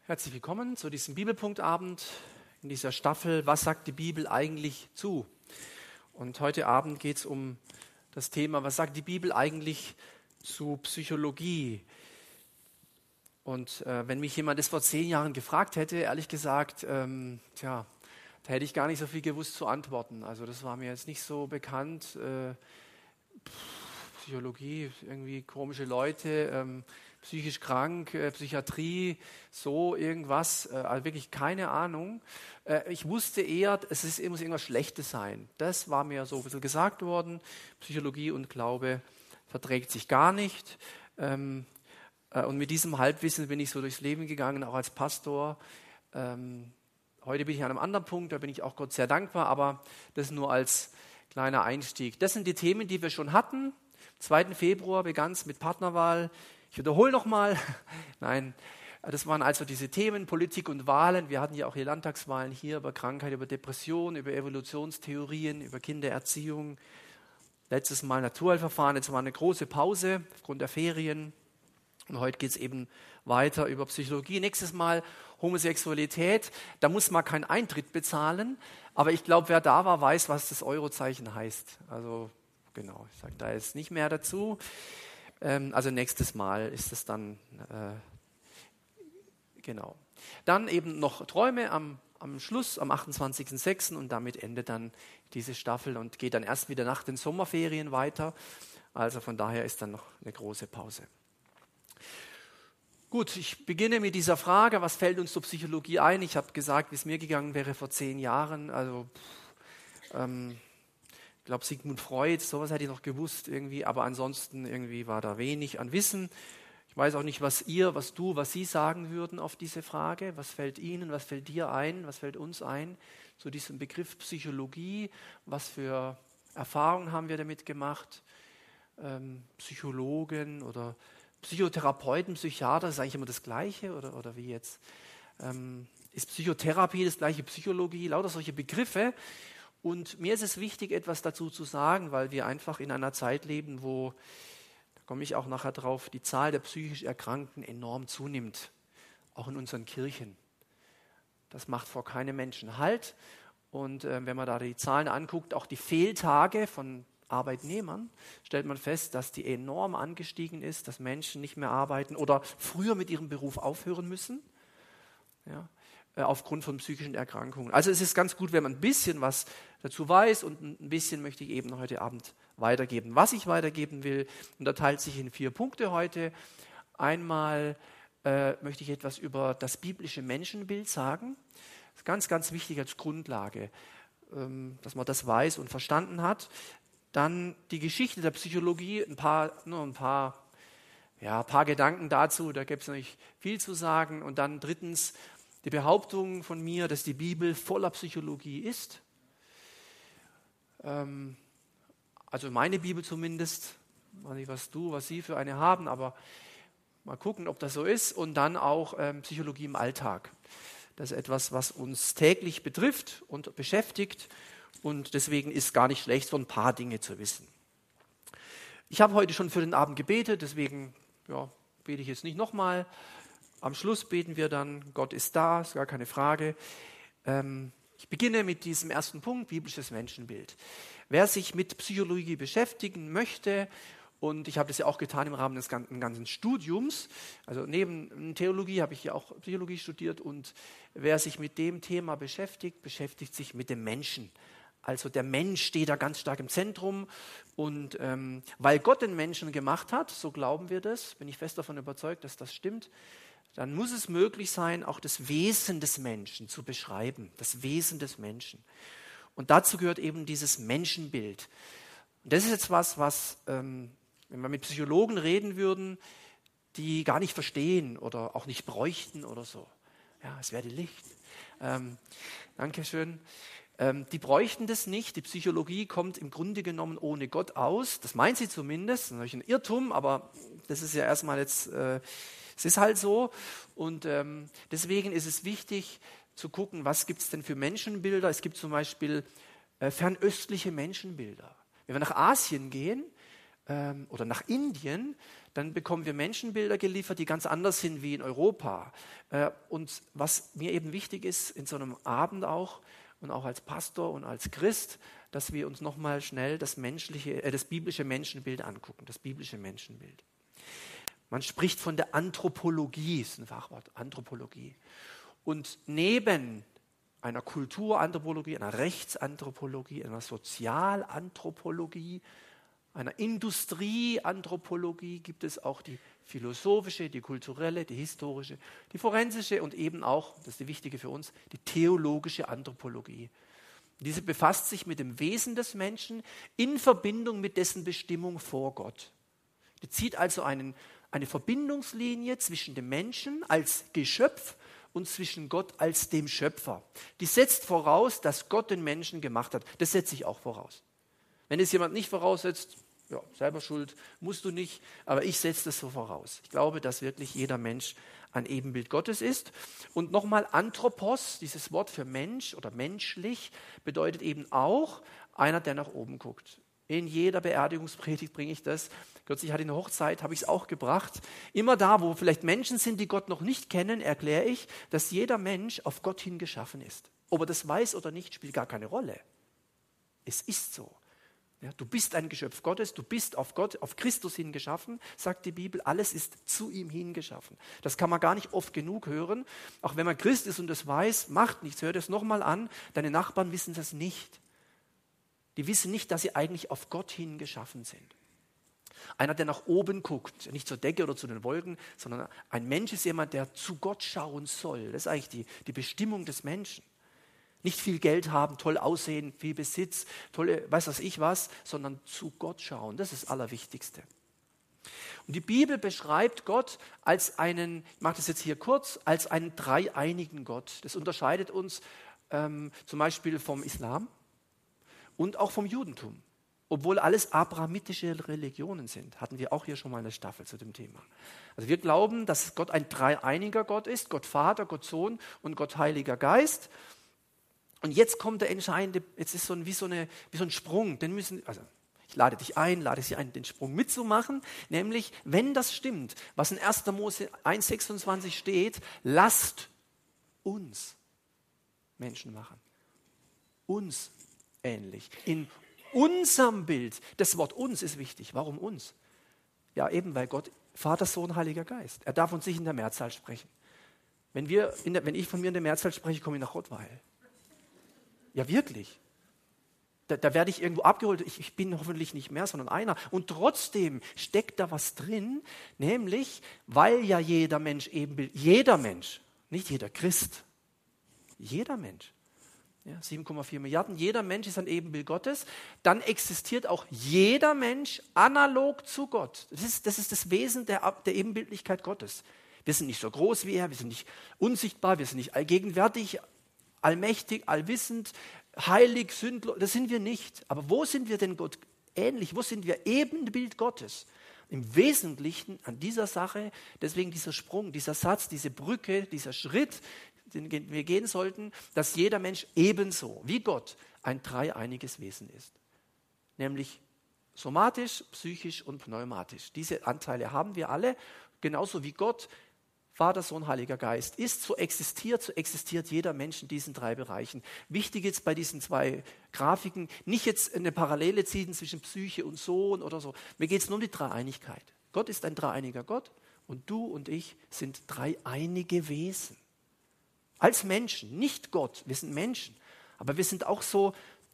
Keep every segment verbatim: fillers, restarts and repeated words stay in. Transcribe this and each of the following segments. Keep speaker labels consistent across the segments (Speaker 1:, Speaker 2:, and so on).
Speaker 1: Herzlich willkommen zu diesem Bibelpunktabend in dieser Staffel Was sagt die Bibel eigentlich zu? Und heute Abend geht es um das Thema, was sagt die Bibel eigentlich zu Psychologie? Und äh, wenn mich jemand das vor zehn Jahren gefragt hätte, ehrlich gesagt, ähm, tja, da hätte ich gar nicht so viel gewusst zu antworten. Also das war mir jetzt nicht so bekannt. Äh, Psychologie, irgendwie komische Leute, ähm, psychisch krank, äh, Psychiatrie, so irgendwas, äh, also wirklich keine Ahnung. Äh, ich wusste eher, es, ist, es muss irgendwas Schlechtes sein. Das war mir so ein bisschen gesagt worden. Psychologie und Glaube verträgt sich gar nicht. Ähm, äh, und mit diesem Halbwissen bin ich so durchs Leben gegangen, auch als Pastor. Ähm, heute bin ich an einem anderen Punkt, da bin ich auch Gott sehr dankbar, aber das nur als kleiner Einstieg. Das sind die Themen, die wir schon hatten. Am zweiten Februar begann es mit Partnerwahl. Ich wiederhole nochmal. Nein, das waren also diese Themen, Politik und Wahlen. Wir hatten ja auch hier Landtagswahlen hier über Krankheit, über Depression, über Evolutionstheorien, über Kindererziehung. Letztes Mal Naturheilverfahren. Jetzt war eine große Pause aufgrund der Ferien. Und heute geht es eben weiter über Psychologie. Nächstes Mal Homosexualität. Da muss man keinen Eintritt bezahlen. Aber ich glaube, wer da war, weiß, was das Eurozeichen heißt. Also genau, ich sage da jetzt nicht mehr dazu. Ähm, also nächstes Mal ist es dann, äh, genau. Dann eben noch Träume am, am Schluss, am achtundzwanzigsten sechsten und damit endet dann diese Staffel und geht dann erst wieder nach den Sommerferien weiter. Also von daher ist dann noch eine große Pause. Gut, ich beginne mit dieser Frage, was fällt uns zur Psychologie ein? Ich habe gesagt, wie es mir gegangen wäre vor zehn Jahren. Also pff, ähm, ich glaube Sigmund Freud, sowas hätte ich noch gewusst irgendwie, aber ansonsten irgendwie war da wenig an Wissen. Ich weiß auch nicht, was ihr, was du, was Sie sagen würden auf diese Frage. Was fällt Ihnen, was fällt dir ein, was fällt uns ein zu diesem Begriff Psychologie? Was für Erfahrungen haben wir damit gemacht? Ähm, Psychologen oder Psychotherapeuten, Psychiater, ist eigentlich immer das Gleiche oder, oder wie jetzt? Ähm, ist Psychotherapie das gleiche Psychologie? Lauter solche Begriffe. Und mir ist es wichtig, etwas dazu zu sagen, weil wir einfach in einer Zeit leben, wo, da komme ich auch nachher drauf, die Zahl der psychisch Erkrankten enorm zunimmt, auch in unseren Kirchen. Das macht vor keinem Menschen Halt. Und äh, wenn man da die Zahlen anguckt, auch die Fehltage von Arbeitnehmern, stellt man fest, dass die enorm angestiegen ist, dass Menschen nicht mehr arbeiten oder früher mit ihrem Beruf aufhören müssen. Ja. Aufgrund von psychischen Erkrankungen. Also es ist ganz gut, wenn man ein bisschen was dazu weiß und ein bisschen möchte ich eben heute Abend weitergeben. Was ich weitergeben will, unterteilt sich in vier Punkte heute. Einmal äh, möchte ich etwas über das biblische Menschenbild sagen. Das ist ganz, ganz wichtig als Grundlage, ähm, dass man das weiß und verstanden hat. Dann die Geschichte der Psychologie, ein paar, nur ein paar, ja, ein paar Gedanken dazu, da gibt es natürlich viel zu sagen. Und dann drittens, die Behauptung von mir, dass die Bibel voller Psychologie ist, ähm, also meine Bibel zumindest, weiß nicht, was du, was Sie für eine haben, aber mal gucken, ob das so ist. Und dann auch ähm, Psychologie im Alltag. Das ist etwas, was uns täglich betrifft und beschäftigt und deswegen ist gar nicht schlecht, so ein paar Dinge zu wissen. Ich habe heute schon für den Abend gebetet, deswegen ja, bete ich jetzt nicht nochmal. Am Schluss beten wir dann, Gott ist da, ist gar keine Frage. Ähm, ich beginne mit diesem ersten Punkt, biblisches Menschenbild. Wer sich mit Psychologie beschäftigen möchte, und ich habe das ja auch getan im Rahmen des ganzen, ganzen Studiums, also neben Theologie habe ich ja auch Psychologie studiert, und wer sich mit dem Thema beschäftigt, beschäftigt sich mit dem Menschen. Also der Mensch steht da ganz stark im Zentrum und ähm, weil Gott den Menschen gemacht hat, so glauben wir das, bin ich fest davon überzeugt, dass das stimmt, dann muss es möglich sein, auch das Wesen des Menschen zu beschreiben, das Wesen des Menschen. Und dazu gehört eben dieses Menschenbild. Und das ist jetzt was, was, ähm, wenn wir mit Psychologen reden würden, die gar nicht verstehen oder auch nicht bräuchten oder so. Ja, es werde Licht. Ähm, Dankeschön. Ähm, die bräuchten das nicht. Die Psychologie kommt im Grunde genommen ohne Gott aus. Das meint sie zumindest. Das ist natürlich ein Irrtum, aber das ist ja erstmal jetzt... Äh, Es ist halt so und ähm, deswegen ist es wichtig zu gucken, was gibt es denn für Menschenbilder. Es gibt zum Beispiel äh, fernöstliche Menschenbilder. Wenn wir nach Asien gehen, ähm, oder nach Indien, dann bekommen wir Menschenbilder geliefert, die ganz anders sind wie in Europa. Äh, und was mir eben wichtig ist, in so einem Abend auch, und auch als Pastor und als Christ, dass wir uns nochmal schnell das menschliche, äh, das biblische Menschenbild angucken, das biblische Menschenbild. Man spricht von der Anthropologie, ist ein Fachwort, Anthropologie. Und neben einer Kulturanthropologie, einer Rechtsanthropologie, einer Sozialanthropologie, einer Industrieanthropologie gibt es auch die philosophische, die kulturelle, die historische, die forensische und eben auch, das ist die wichtige für uns, die theologische Anthropologie. Diese befasst sich mit dem Wesen des Menschen in Verbindung mit dessen Bestimmung vor Gott. Die zieht also einen, eine Verbindungslinie zwischen dem Menschen als Geschöpf und zwischen Gott als dem Schöpfer. Die setzt voraus, dass Gott den Menschen gemacht hat. Das setze ich auch voraus. Wenn es jemand nicht voraussetzt, ja, selber schuld, musst du nicht, aber ich setze das so voraus. Ich glaube, dass wirklich jeder Mensch ein Ebenbild Gottes ist. Und nochmal Anthropos, dieses Wort für Mensch oder menschlich, bedeutet eben auch einer, der nach oben guckt. In jeder Beerdigungspredigt bringe ich das. Kürzlich hatte ich eine Hochzeit, habe ich es auch gebracht. Immer da, wo vielleicht Menschen sind, die Gott noch nicht kennen, erkläre ich, dass jeder Mensch auf Gott hin geschaffen ist. Ob er das weiß oder nicht, spielt gar keine Rolle. Es ist so. Ja, du bist ein Geschöpf Gottes, du bist auf Gott, auf Christus hin geschaffen, sagt die Bibel, alles ist zu ihm hin geschaffen. Das kann man gar nicht oft genug hören. Auch wenn man Christ ist und das weiß, macht nichts, hör das nochmal an, deine Nachbarn wissen das nicht. Die wissen nicht, dass sie eigentlich auf Gott hin geschaffen sind. Einer, der nach oben guckt, nicht zur Decke oder zu den Wolken, sondern ein Mensch ist jemand, der zu Gott schauen soll. Das ist eigentlich die, die Bestimmung des Menschen. Nicht viel Geld haben, toll aussehen, viel Besitz, tolle, weiß was ich was, sondern zu Gott schauen. Das ist das Allerwichtigste. Und die Bibel beschreibt Gott als einen, ich mache das jetzt hier kurz, als einen dreieinigen Gott. Das unterscheidet uns ähm, zum Beispiel vom Islam und auch vom Judentum. Obwohl alles abrahamitische Religionen sind. Hatten wir auch hier schon mal eine Staffel zu dem Thema. Also wir glauben, dass Gott ein dreieiniger Gott ist, Gott Vater, Gott Sohn und Gott Heiliger Geist. Und jetzt kommt der entscheidende, jetzt ist so ein, wie, so eine, wie so ein Sprung, den müssen, also ich lade dich ein, lade Sie ein, den Sprung mitzumachen, nämlich, wenn das stimmt, was in erster Mose eins sechsundzwanzig steht, lasst uns Menschen machen. Uns ähnlich. In unserem Bild. Das Wort uns ist wichtig. Warum uns? Ja, eben weil Gott, Vater, Sohn, Heiliger Geist. Er darf uns nicht in der Mehrzahl sprechen. Wenn, wir in der, wenn ich von mir in der Mehrzahl spreche, komme ich nach Rottweil. Ja, wirklich. Da, da werde ich irgendwo abgeholt. Ich, ich bin hoffentlich nicht mehr, sondern einer. Und trotzdem steckt da was drin, nämlich, weil ja jeder Mensch Ebenbild, jeder Mensch, nicht jeder Christ, jeder Mensch, ja, sieben Komma vier Milliarden, jeder Mensch ist ein Ebenbild Gottes, dann existiert auch jeder Mensch analog zu Gott. Das ist das, ist das Wesen der, der Ebenbildlichkeit Gottes. Wir sind nicht so groß wie er, wir sind nicht unsichtbar, wir sind nicht allgegenwärtig, allmächtig, allwissend, heilig, sündlos, das sind wir nicht. Aber wo sind wir denn Gott ähnlich? Wo sind wir Ebenbild Gottes? Im Wesentlichen an dieser Sache, deswegen dieser Sprung, dieser Satz, diese Brücke, dieser Schritt, den wir gehen sollten, dass jeder Mensch ebenso wie Gott ein dreieiniges Wesen ist. Nämlich somatisch, psychisch und pneumatisch. Diese Anteile haben wir alle, genauso wie Gott Vater, Sohn, Heiliger Geist ist, so existiert, so existiert jeder Mensch in diesen drei Bereichen. Wichtig jetzt bei diesen zwei Grafiken, nicht jetzt eine Parallele ziehen zwischen Psyche und Sohn oder so. Mir geht es nur um die Dreieinigkeit. Gott ist ein dreieiniger Gott und du und ich sind dreieinige Wesen. Als Menschen, nicht Gott, wir sind Menschen, aber wir sind auch so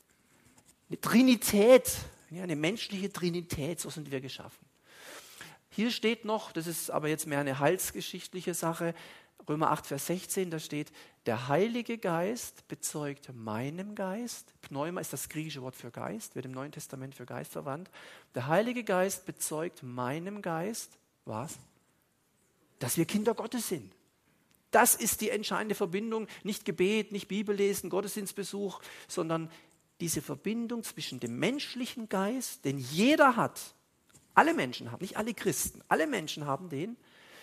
Speaker 1: eine Trinität, ja, eine menschliche Trinität, so sind wir geschaffen. Hier steht noch, das ist aber jetzt mehr eine heilsgeschichtliche Sache, Römer acht, Vers sechzehn, da steht, der Heilige Geist bezeugt meinem Geist, Pneuma ist das griechische Wort für Geist, wird im Neuen Testament für Geist verwandt, der Heilige Geist bezeugt meinem Geist, was? Dass wir Kinder Gottes sind. Das ist die entscheidende Verbindung, nicht Gebet, nicht Bibellesen, Gottesdienstbesuch, sondern diese Verbindung zwischen dem menschlichen Geist, den jeder hat, alle Menschen haben, nicht alle Christen, alle Menschen haben den.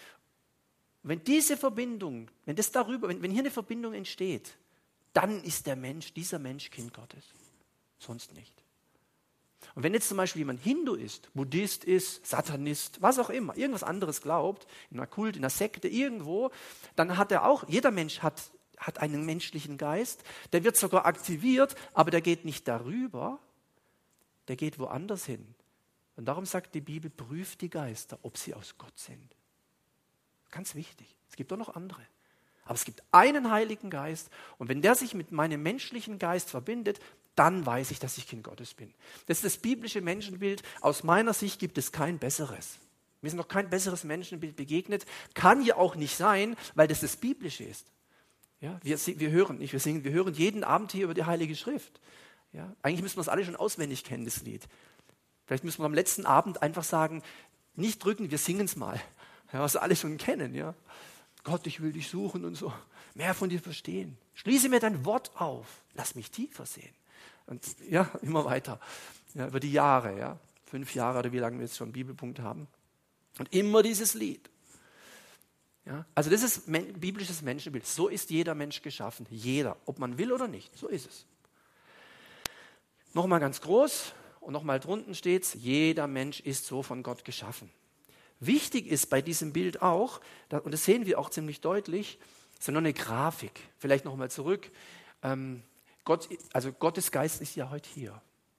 Speaker 1: Wenn diese Verbindung, wenn das darüber, wenn, wenn hier eine Verbindung entsteht, dann ist der Mensch, dieser Mensch Kind Gottes. Sonst nicht. Und wenn jetzt zum Beispiel jemand Hindu ist, Buddhist ist, Satanist, was auch immer, irgendwas anderes glaubt, in einer Kult, in einer Sekte, irgendwo, dann hat er auch, jeder Mensch hat, hat einen menschlichen Geist, der wird sogar aktiviert, aber der geht nicht darüber, der geht woanders hin. Und darum sagt die Bibel, prüft die Geister, ob sie aus Gott sind. Ganz wichtig. Es gibt auch noch andere. Aber es gibt einen Heiligen Geist und wenn der sich mit meinem menschlichen Geist verbindet, dann weiß ich, dass ich Kind Gottes bin. Das ist das biblische Menschenbild. Aus meiner Sicht gibt es kein besseres. Mir ist noch kein besseres Menschenbild begegnet. Kann ja auch nicht sein, weil das das biblische ist. Ja, wir, wir hören nicht, wir singen, wir hören jeden Abend hier über die Heilige Schrift. Ja, eigentlich müssen wir es alle schon auswendig kennen, das Lied. Vielleicht müssen wir am letzten Abend einfach sagen, nicht drücken, wir singen es mal. Ja, was alle schon kennen. Ja. Gott, ich will dich suchen und so. Mehr von dir verstehen. Schließe mir dein Wort auf. Lass mich tiefer sehen. Und ja, immer weiter. Ja, über die Jahre, ja. Fünf Jahre oder wie lange wir jetzt schon Bibelpunkt haben. Und immer dieses Lied. Ja, also das ist men- biblisches Menschenbild. So ist jeder Mensch geschaffen. Jeder. Ob man will oder nicht. So ist es. Nochmal ganz groß und nochmal drunten steht es, jeder Mensch ist so von Gott geschaffen. Wichtig ist bei diesem Bild auch, und das sehen wir auch ziemlich deutlich, ist ja noch eine Grafik. Vielleicht nochmal zurück. Ähm, Gott, also Gottes Geist ist ja heute hier.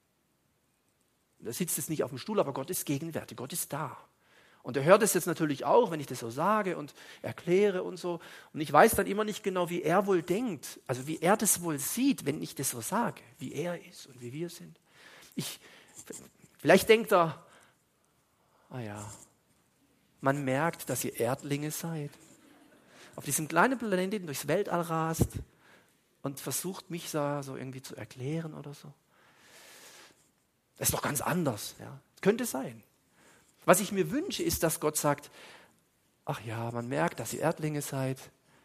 Speaker 1: Er sitzt jetzt nicht auf dem Stuhl, aber Gott ist gegenwärtig, Gott ist da. Und er hört es jetzt natürlich auch, wenn ich das so sage und erkläre und so. Und ich weiß dann immer nicht genau, wie er wohl denkt, also wie er das wohl sieht, wenn ich das so sage, wie er ist und wie wir sind. Ich, vielleicht denkt er, ah ja, man merkt, dass ihr Erdlinge seid. Auf diesem kleinen Planeten durchs Weltall rast und versucht, mich so, so irgendwie zu erklären oder so. Das ist doch ganz anders. Ja. Könnte sein. Was ich mir wünsche, ist, dass Gott sagt, ach ja, man merkt, dass ihr Erdlinge seid.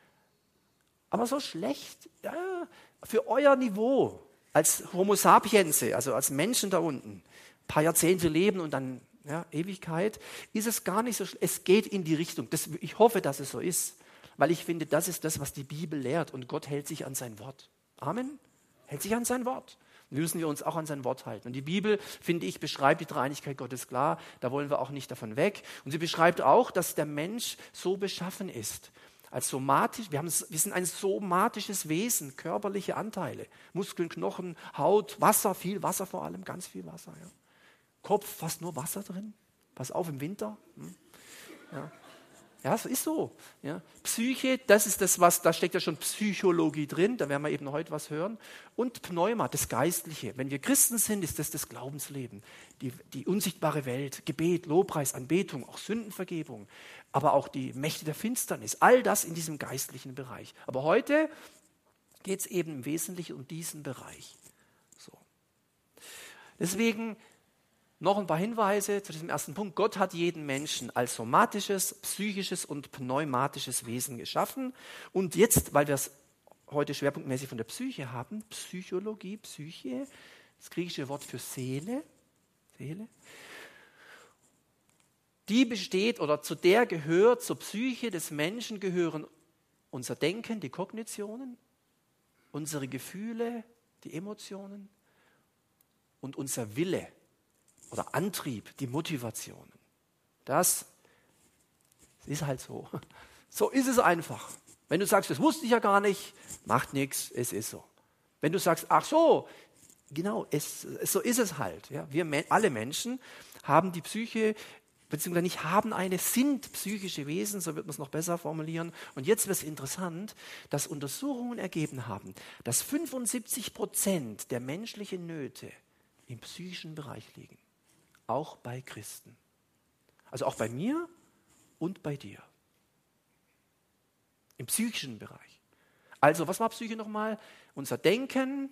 Speaker 1: Aber so schlecht, ja, für euer Niveau, als Homo sapiens, also als Menschen da unten, ein paar Jahrzehnte leben und dann ja, Ewigkeit, ist es gar nicht so schlecht. Es geht in die Richtung. Das, ich hoffe, dass es so ist, weil ich finde, das ist das, was die Bibel lehrt und Gott hält sich an sein Wort. Amen? Hält sich an sein Wort. Und müssen wir uns auch an sein Wort halten. Und die Bibel, finde ich, beschreibt die Dreieinigkeit Gottes klar. Da wollen wir auch nicht davon weg. Und sie beschreibt auch, dass der Mensch so beschaffen ist. Als somatisch, wir, haben, wir sind ein somatisches Wesen, körperliche Anteile. Muskeln, Knochen, Haut, Wasser, viel Wasser vor allem, ganz viel Wasser. Ja. Kopf, fast nur Wasser drin. Pass auf im Winter. Hm. Ja. Ja, es ist so. Ja. Psyche, das ist das, was, da steckt ja schon Psychologie drin, da werden wir eben heute was hören. Und Pneuma, das Geistliche. Wenn wir Christen sind, ist das das Glaubensleben. Die, die unsichtbare Welt, Gebet, Lobpreis, Anbetung, auch Sündenvergebung, aber auch die Mächte der Finsternis. All das in diesem geistlichen Bereich. Aber heute geht es eben im Wesentlichen um diesen Bereich. So. Deswegen noch ein paar Hinweise zu diesem ersten Punkt. Gott hat jeden Menschen als somatisches, psychisches und pneumatisches Wesen geschaffen. Und jetzt, weil wir es heute schwerpunktmäßig von der Psyche haben, Psychologie, Psyche, das griechische Wort für Seele, Seele, die besteht oder zu der gehört, zur Psyche des Menschen gehören unser Denken, die Kognitionen, unsere Gefühle, die Emotionen und unser Wille. Oder Antrieb, die Motivationen. Das ist halt so. So ist es einfach. Wenn du sagst, das wusste ich ja gar nicht, macht nichts, es ist so. Wenn du sagst, ach so, genau, es, so ist es halt. Ja. Wir alle Menschen haben die Psyche, beziehungsweise nicht haben eine, sind psychische Wesen, so wird man es noch besser formulieren. Und jetzt wird es interessant, dass Untersuchungen ergeben haben, dass fünfundsiebzig Prozent der menschlichen Nöte im psychischen Bereich liegen. Auch bei Christen. Also auch bei mir und bei dir. Im psychischen Bereich. Also, was war Psyche nochmal? Unser Denken.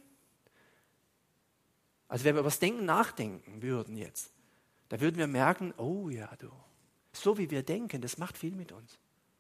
Speaker 1: Also, wenn wir über das Denken nachdenken würden jetzt, da würden wir merken, oh ja, du, so wie wir denken, das macht viel mit uns.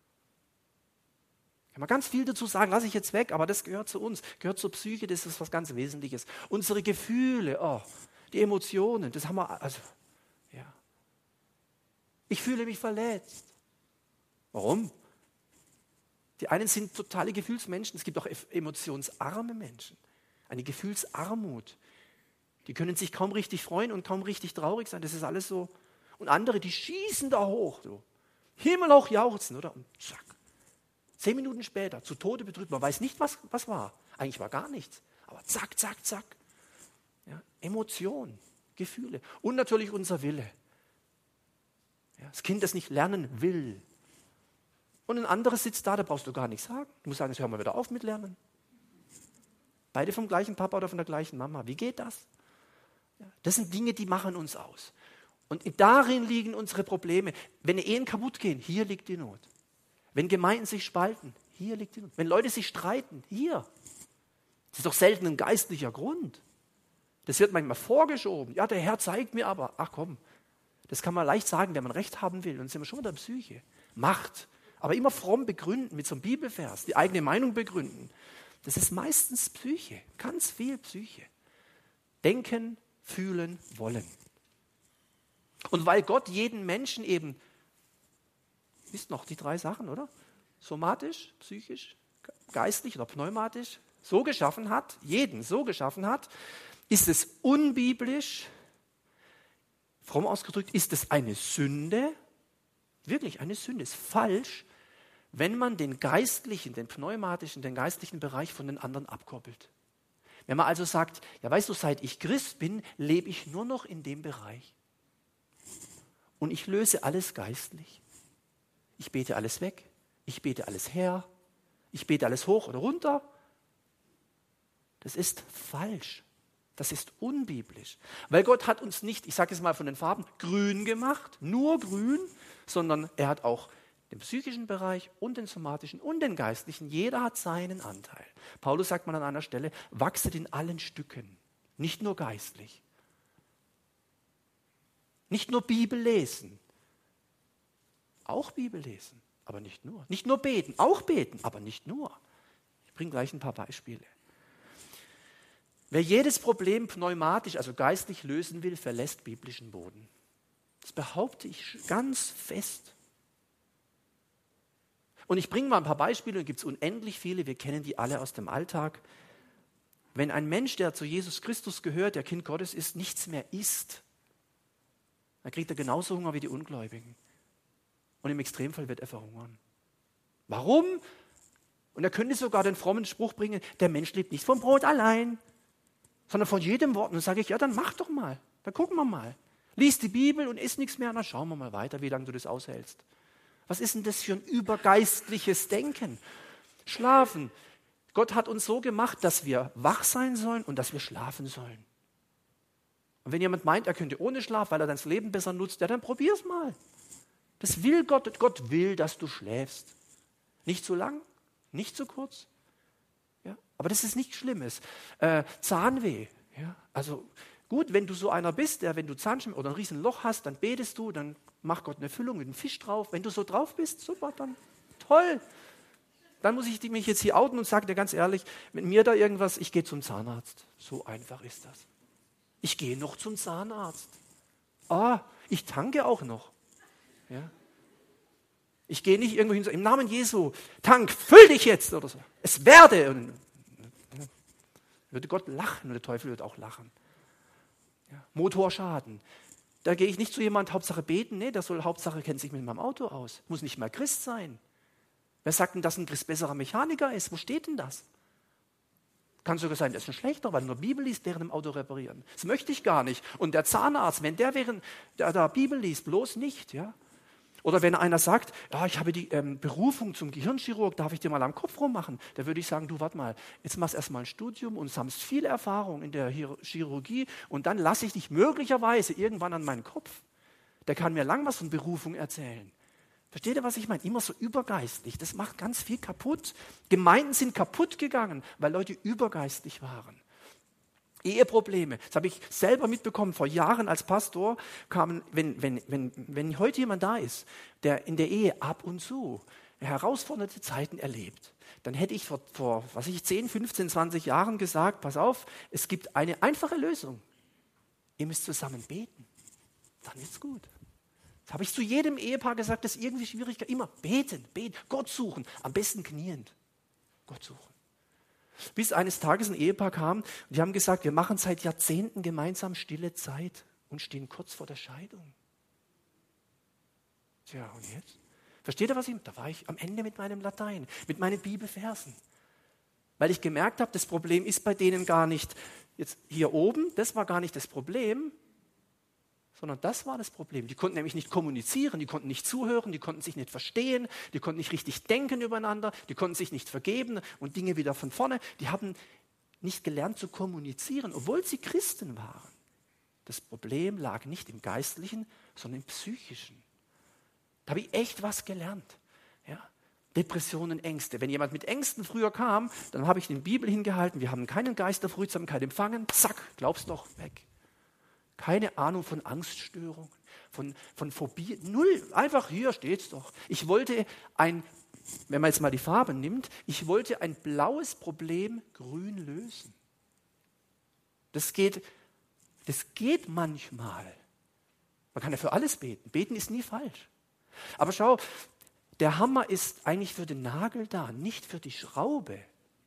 Speaker 1: Kann man ganz viel dazu sagen, lasse ich jetzt weg, aber das gehört zu uns, gehört zur Psyche, das ist was ganz Wesentliches. Unsere Gefühle, oh, die Emotionen, das haben wir, also, ja. Ich fühle mich verletzt. Warum? Die einen sind totale Gefühlsmenschen, es gibt auch emotionsarme Menschen. Eine Gefühlsarmut. Die können sich kaum richtig freuen und kaum richtig traurig sein. Das ist alles so. Und andere, die schießen da hoch. So. Himmelhoch jauchzen, oder? Und zack. Zehn Minuten später, zu Tode betrübt. Man weiß nicht, was, was war. Eigentlich war gar nichts. Aber zack, zack, zack. Ja, Emotionen, Gefühle. Und natürlich unser Wille. Ja, das Kind, das nicht lernen will. Und ein anderes sitzt da, da brauchst du gar nichts sagen. Du musst sagen, jetzt hören wir wieder auf mit Lernen. Beide vom gleichen Papa oder von der gleichen Mama. Wie geht das? Ja, das sind Dinge, die machen uns aus. Und darin liegen unsere Probleme. Wenn Ehen kaputt gehen, hier liegt die Not. Wenn Gemeinden sich spalten, hier liegt die Not. Wenn Leute sich streiten, hier. Das ist doch selten ein geistlicher Grund. Das wird manchmal vorgeschoben. Ja, der Herr zeigt mir aber. Ach komm, das kann man leicht sagen, wenn man Recht haben will. Und dann sind wir schon in der Psyche. Macht. Aber immer fromm begründen, mit so einem Bibelvers, die eigene Meinung begründen. Das ist meistens Psyche, ganz viel Psyche. Denken, fühlen, wollen. Und weil Gott jeden Menschen eben, wisst noch die drei Sachen, oder? Somatisch, psychisch, geistlich oder pneumatisch, so geschaffen hat, jeden so geschaffen hat, ist es unbiblisch, fromm ausgedrückt, ist es eine Sünde, wirklich eine Sünde, ist falsch, wenn man den geistlichen, den pneumatischen, den geistlichen Bereich von den anderen abkoppelt. Wenn man also sagt, ja weißt du, seit ich Christ bin, lebe ich nur noch in dem Bereich. Und ich löse alles geistlich. Ich bete alles weg, ich bete alles her, ich bete alles hoch oder runter. Das ist falsch. Das ist unbiblisch. Weil Gott hat uns nicht, ich sage es mal von den Farben, grün gemacht, nur grün, sondern er hat auch den psychischen Bereich und den somatischen und den geistlichen. Jeder hat seinen Anteil. Paulus sagt mal an einer Stelle, wachset in allen Stücken, nicht nur geistlich. Nicht nur Bibel lesen, auch Bibel lesen, aber nicht nur. Nicht nur beten, auch beten, aber nicht nur. Ich bringe gleich ein paar Beispiele. Wer jedes Problem pneumatisch, also geistlich lösen will, verlässt biblischen Boden. Das behaupte ich ganz fest. Und ich bringe mal ein paar Beispiele, da gibt es unendlich viele, wir kennen die alle aus dem Alltag. Wenn ein Mensch, der zu Jesus Christus gehört, der Kind Gottes ist, nichts mehr isst, dann kriegt er genauso Hunger wie die Ungläubigen. Und im Extremfall wird er verhungern. Warum? Und er könnte sogar den frommen Spruch bringen, der Mensch lebt nicht vom Brot allein, sondern von jedem Wort. Und dann sage ich, ja, dann mach doch mal, dann gucken wir mal. Lies die Bibel und isst nichts mehr, dann schauen wir mal weiter, wie lange du das aushältst. Was ist denn das für ein übergeistliches Denken? Schlafen. Gott hat uns so gemacht, dass wir wach sein sollen und dass wir schlafen sollen. Und wenn jemand meint, er könnte ohne Schlaf, weil er dein Leben besser nutzt, ja, dann probier's mal. Das will Gott. Gott will, dass du schläfst. Nicht zu lang, nicht zu kurz. Ja, aber das ist nichts Schlimmes. Äh, Zahnweh. Ja, also gut, wenn du so einer bist, der, wenn du Zahnschmerzen oder ein riesen Loch hast, dann betest du, dann macht Gott eine Füllung mit einem Fisch drauf. Wenn du so drauf bist, super, dann toll. Dann muss ich mich jetzt hier outen und sage dir ganz ehrlich, mit mir da irgendwas, ich gehe zum Zahnarzt. So einfach ist das. Ich gehe noch zum Zahnarzt. Ah, ich tanke auch noch. Ja. Ich gehe nicht irgendwo hin, so, im Namen Jesu, Tank, füll dich jetzt oder so. Es werde. Und, ja, würde Gott lachen und der Teufel wird auch lachen. Ja. Motorschaden. Da gehe ich nicht zu jemandem, Hauptsache beten. Nee, der soll Hauptsache kennt sich mit meinem Auto aus. Muss nicht mal Christ sein. Wer sagt denn, dass ein Christ besserer Mechaniker ist? Wo steht denn das? Kann sogar sein, der ist ein schlechter, weil er nur Bibel liest, während dem Auto reparieren. Das möchte ich gar nicht. Und der Zahnarzt, wenn der während der, der Bibel liest, bloß nicht. Ja? Oder wenn einer sagt, ja, ich habe die ähm, Berufung zum Gehirnchirurg, darf ich dir mal am Kopf rummachen? Da würde ich sagen, du, warte mal, jetzt machst du erstmal ein Studium und sammelst viel Erfahrung in der Chir- Chirurgie und dann lasse ich dich möglicherweise irgendwann an meinen Kopf. Der kann mir lang was von Berufung erzählen. Versteht ihr, was ich meine? Immer so übergeistlich. Das macht ganz viel kaputt. Gemeinden sind kaputt gegangen, weil Leute übergeistlich waren. Eheprobleme. Das habe ich selber mitbekommen. Vor Jahren als Pastor kamen, wenn, wenn, wenn, wenn heute jemand da ist, der in der Ehe ab und zu herausfordernde Zeiten erlebt, dann hätte ich vor, vor was ich, zehn, fünfzehn, zwanzig Jahren gesagt, pass auf, es gibt eine einfache Lösung. Ihr müsst zusammen beten. Dann wird's gut. Das habe ich zu jedem Ehepaar gesagt, das irgendwie schwierig ist. Immer beten, beten, Gott suchen, am besten kniend. Gott suchen. Bis eines Tages ein Ehepaar kam und die haben gesagt, wir machen seit Jahrzehnten gemeinsam stille Zeit und stehen kurz vor der Scheidung. Tja, und jetzt? Versteht ihr, was ich... Da war ich am Ende mit meinem Latein, mit meinen Bibelversen. Weil ich gemerkt habe, das Problem ist bei denen gar nicht jetzt hier oben, das war gar nicht das Problem, sondern das war das Problem. Die konnten nämlich nicht kommunizieren, die konnten nicht zuhören, die konnten sich nicht verstehen, die konnten nicht richtig denken übereinander, die konnten sich nicht vergeben und Dinge wieder von vorne. Die haben nicht gelernt zu kommunizieren, obwohl sie Christen waren. Das Problem lag nicht im Geistlichen, sondern im Psychischen. Da habe ich echt was gelernt. Ja? Depressionen, Ängste. Wenn jemand mit Ängsten früher kam, dann habe ich die Bibel hingehalten, wir haben keinen Geist der Furchtsamkeit empfangen, zack, glaubst doch, weg. Keine Ahnung von Angststörungen, von, von Phobie, null, einfach hier steht's doch. Ich wollte ein, wenn man jetzt mal die Farben nimmt, ich wollte ein blaues Problem grün lösen. Das geht, das geht manchmal. Man kann ja für alles beten. Beten ist nie falsch. Aber schau, der Hammer ist eigentlich für den Nagel da, nicht für die Schraube.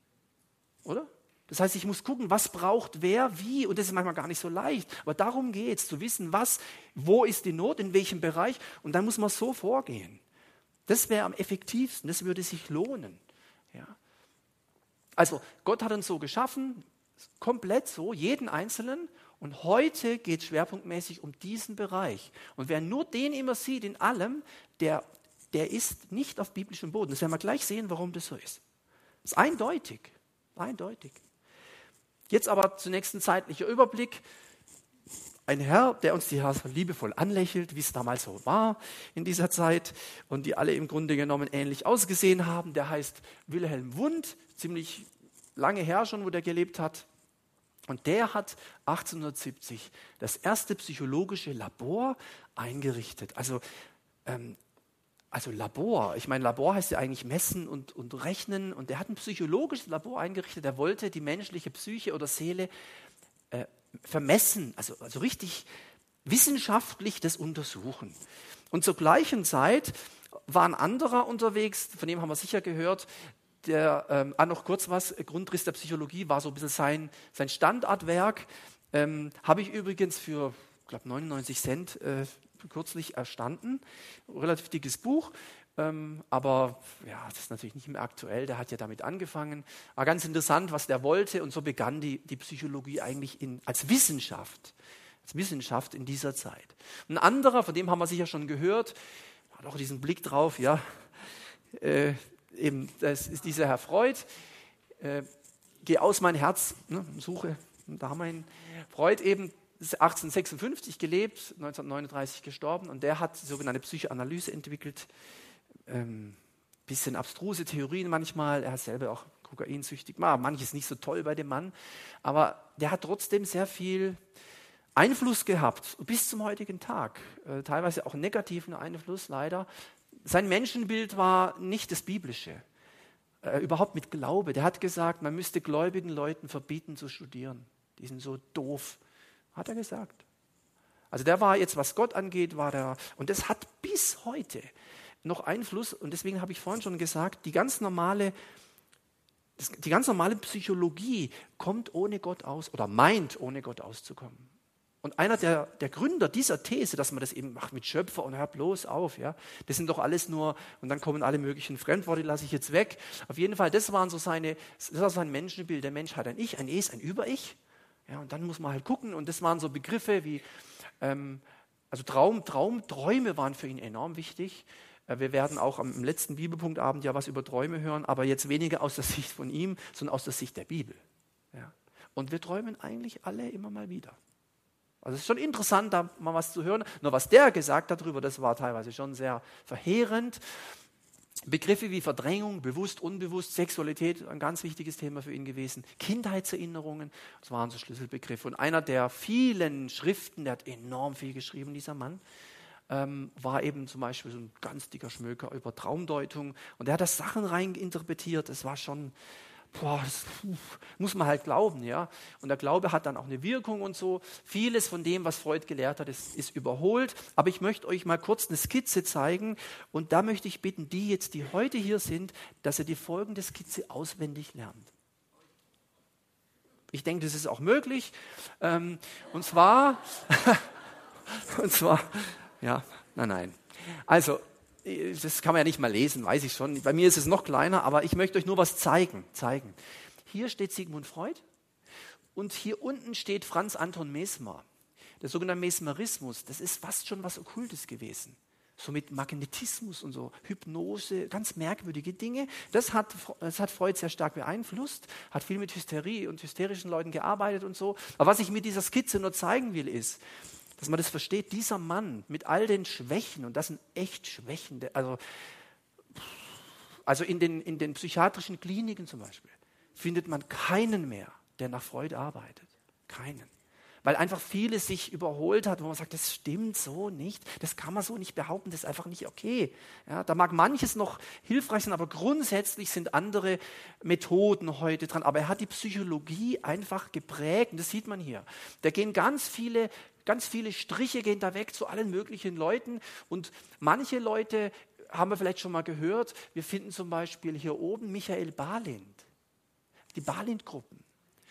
Speaker 1: Oder? Das heißt, ich muss gucken, was braucht wer, wie, und das ist manchmal gar nicht so leicht. Aber darum geht es, zu wissen, was, wo ist die Not, in welchem Bereich, und dann muss man so vorgehen. Das wäre am effektivsten, das würde sich lohnen. Ja. Also Gott hat uns so geschaffen, komplett so, jeden Einzelnen, und heute geht es schwerpunktmäßig um diesen Bereich. Und wer nur den immer sieht in allem, der, der ist nicht auf biblischem Boden. Das werden wir gleich sehen, warum das so ist. Das ist eindeutig, eindeutig. Jetzt aber zunächst ein zeitlicher Überblick. Ein Herr, der uns die Herr liebevoll anlächelt, wie es damals so war in dieser Zeit und die alle im Grunde genommen ähnlich ausgesehen haben, der heißt Wilhelm Wundt, ziemlich lange her schon, wo der gelebt hat. Und der hat achtzehnhundertsiebzig das erste psychologische Labor eingerichtet. Also, ähm, also Labor, ich meine, Labor heißt ja eigentlich messen und, und rechnen. Und der hat ein psychologisches Labor eingerichtet, der wollte die menschliche Psyche oder Seele äh, vermessen, also, also richtig wissenschaftlich das untersuchen. Und zur gleichen Zeit war ein anderer unterwegs, von dem haben wir sicher gehört, der, ähm, ah, noch kurz was, Grundriss der Psychologie war so ein bisschen sein, sein Standardwerk, ähm, habe ich übrigens für, ich glaube, neunundneunzig Cent äh, kürzlich erstanden, relativ dickes Buch, ähm, aber ja, das ist natürlich nicht mehr aktuell, der hat ja damit angefangen, war ganz interessant, was der wollte, und so begann die, die Psychologie eigentlich in, als Wissenschaft, als Wissenschaft in dieser Zeit. Ein anderer, von dem haben wir sicher schon gehört, hat auch diesen Blick drauf, ja, äh, eben, das ist dieser Herr Freud, äh, geh aus mein Herz, ne, suche, da haben wir ihn, Freud eben, ist achtzehnhundertsechsundfünfzig gelebt, neunzehnhundertneununddreißig gestorben, und der hat die sogenannte Psychoanalyse entwickelt, ähm, bisschen abstruse Theorien manchmal, er ist selber auch kokainsüchtig, manches nicht so toll bei dem Mann, aber der hat trotzdem sehr viel Einfluss gehabt, bis zum heutigen Tag, äh, teilweise auch negativen Einfluss leider. Sein Menschenbild war nicht das biblische, äh, überhaupt mit Glaube. Der hat gesagt, man müsste gläubigen Leuten verbieten zu studieren. Die sind so doof, hat er gesagt. Also der war jetzt, was Gott angeht, war der, und das hat bis heute noch Einfluss, und deswegen habe ich vorhin schon gesagt, die ganz normale, das, die ganz normale Psychologie kommt ohne Gott aus oder meint, ohne Gott auszukommen. Und einer der, der Gründer dieser These, dass man das eben macht mit Schöpfer und hör bloß auf, ja, das sind doch alles nur, und dann kommen alle möglichen Fremdworte, die lasse ich jetzt weg. Auf jeden Fall, das waren so seine, das war sein Menschenbild. Der Mensch hat ein Ich, ein Es, ein Über-Ich. Ja, und dann muss man halt gucken, und das waren so Begriffe wie, ähm, also Traum, Traum, Träume waren für ihn enorm wichtig. Äh, wir werden auch am letzten Bibelpunktabend ja was über Träume hören, aber jetzt weniger aus der Sicht von ihm, sondern aus der Sicht der Bibel. Ja. Und wir träumen eigentlich alle immer mal wieder. Also es ist schon interessant, da mal was zu hören. Nur was der gesagt hat darüber, das war teilweise schon sehr verheerend. Begriffe wie Verdrängung, bewusst, unbewusst, Sexualität, ein ganz wichtiges Thema für ihn gewesen. Kindheitserinnerungen, das waren so Schlüsselbegriffe. Und einer der vielen Schriften, der hat enorm viel geschrieben, dieser Mann, ähm, war eben zum Beispiel so ein ganz dicker Schmöker über Traumdeutung. Und der hat da Sachen rein interpretiert, das war schon... Boah, das muss man halt glauben, ja. Und der Glaube hat dann auch eine Wirkung und so. Vieles von dem, was Freud gelehrt hat, ist, ist überholt. Aber ich möchte euch mal kurz eine Skizze zeigen. Und da möchte ich bitten, die jetzt, die heute hier sind, dass ihr die folgende Skizze auswendig lernt. Ich denke, das ist auch möglich. Ähm, und zwar, und zwar, ja, nein, nein. Also, das kann man ja nicht mal lesen, weiß ich schon. Bei mir ist es noch kleiner, aber ich möchte euch nur was zeigen. zeigen. Hier steht Sigmund Freud und hier unten steht Franz Anton Mesmer. Der sogenannte Mesmerismus, das ist fast schon was Okkultes gewesen. So mit Magnetismus und so, Hypnose, ganz merkwürdige Dinge. Das hat, das hat Freud sehr stark beeinflusst, hat viel mit Hysterie und hysterischen Leuten gearbeitet und so. Aber was ich mit dieser Skizze nur zeigen will, ist, dass man das versteht, dieser Mann mit all den Schwächen, und das sind echt Schwächen, also, also in, den, in den psychiatrischen Kliniken zum Beispiel, findet man keinen mehr, der nach Freud arbeitet. Keinen. Weil einfach vieles sich überholt hat, wo man sagt, das stimmt so nicht, das kann man so nicht behaupten, das ist einfach nicht okay. Ja, da mag manches noch hilfreich sein, aber grundsätzlich sind andere Methoden heute dran. Aber er hat die Psychologie einfach geprägt und das sieht man hier. Da gehen ganz viele, ganz viele Striche gehen da weg zu allen möglichen Leuten und manche Leute haben wir vielleicht schon mal gehört, wir finden zum Beispiel hier oben Michael Balint, die Balint-Gruppen,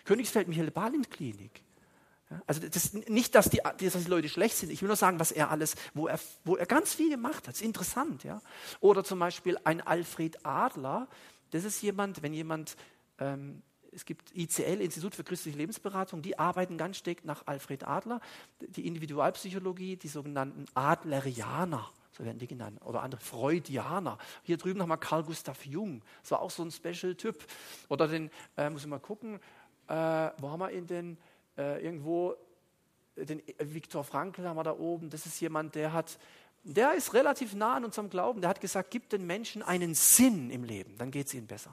Speaker 1: Königsfeld-Michael-Balint-Klinik. Ja, also das, nicht, dass die, dass die Leute schlecht sind. Ich will nur sagen, was er alles, wo er, wo er ganz viel gemacht hat. Das ist interessant. Ja? Oder zum Beispiel ein Alfred Adler. Das ist jemand, wenn jemand, ähm, es gibt I C L, Institut für christliche Lebensberatung, die arbeiten ganz stark nach Alfred Adler. Die Individualpsychologie, die sogenannten Adlerianer, so werden die genannt, oder andere Freudianer. Hier drüben haben wir Carl Gustav Jung. Das war auch so ein Special-Typ. Oder den, äh, muss ich mal gucken, äh, wo haben wir in den Äh, irgendwo den Viktor Frankl haben wir da oben, das ist jemand, der hat, der ist relativ nah an unserem Glauben, der hat gesagt, gib den Menschen einen Sinn im Leben, dann geht es ihnen besser.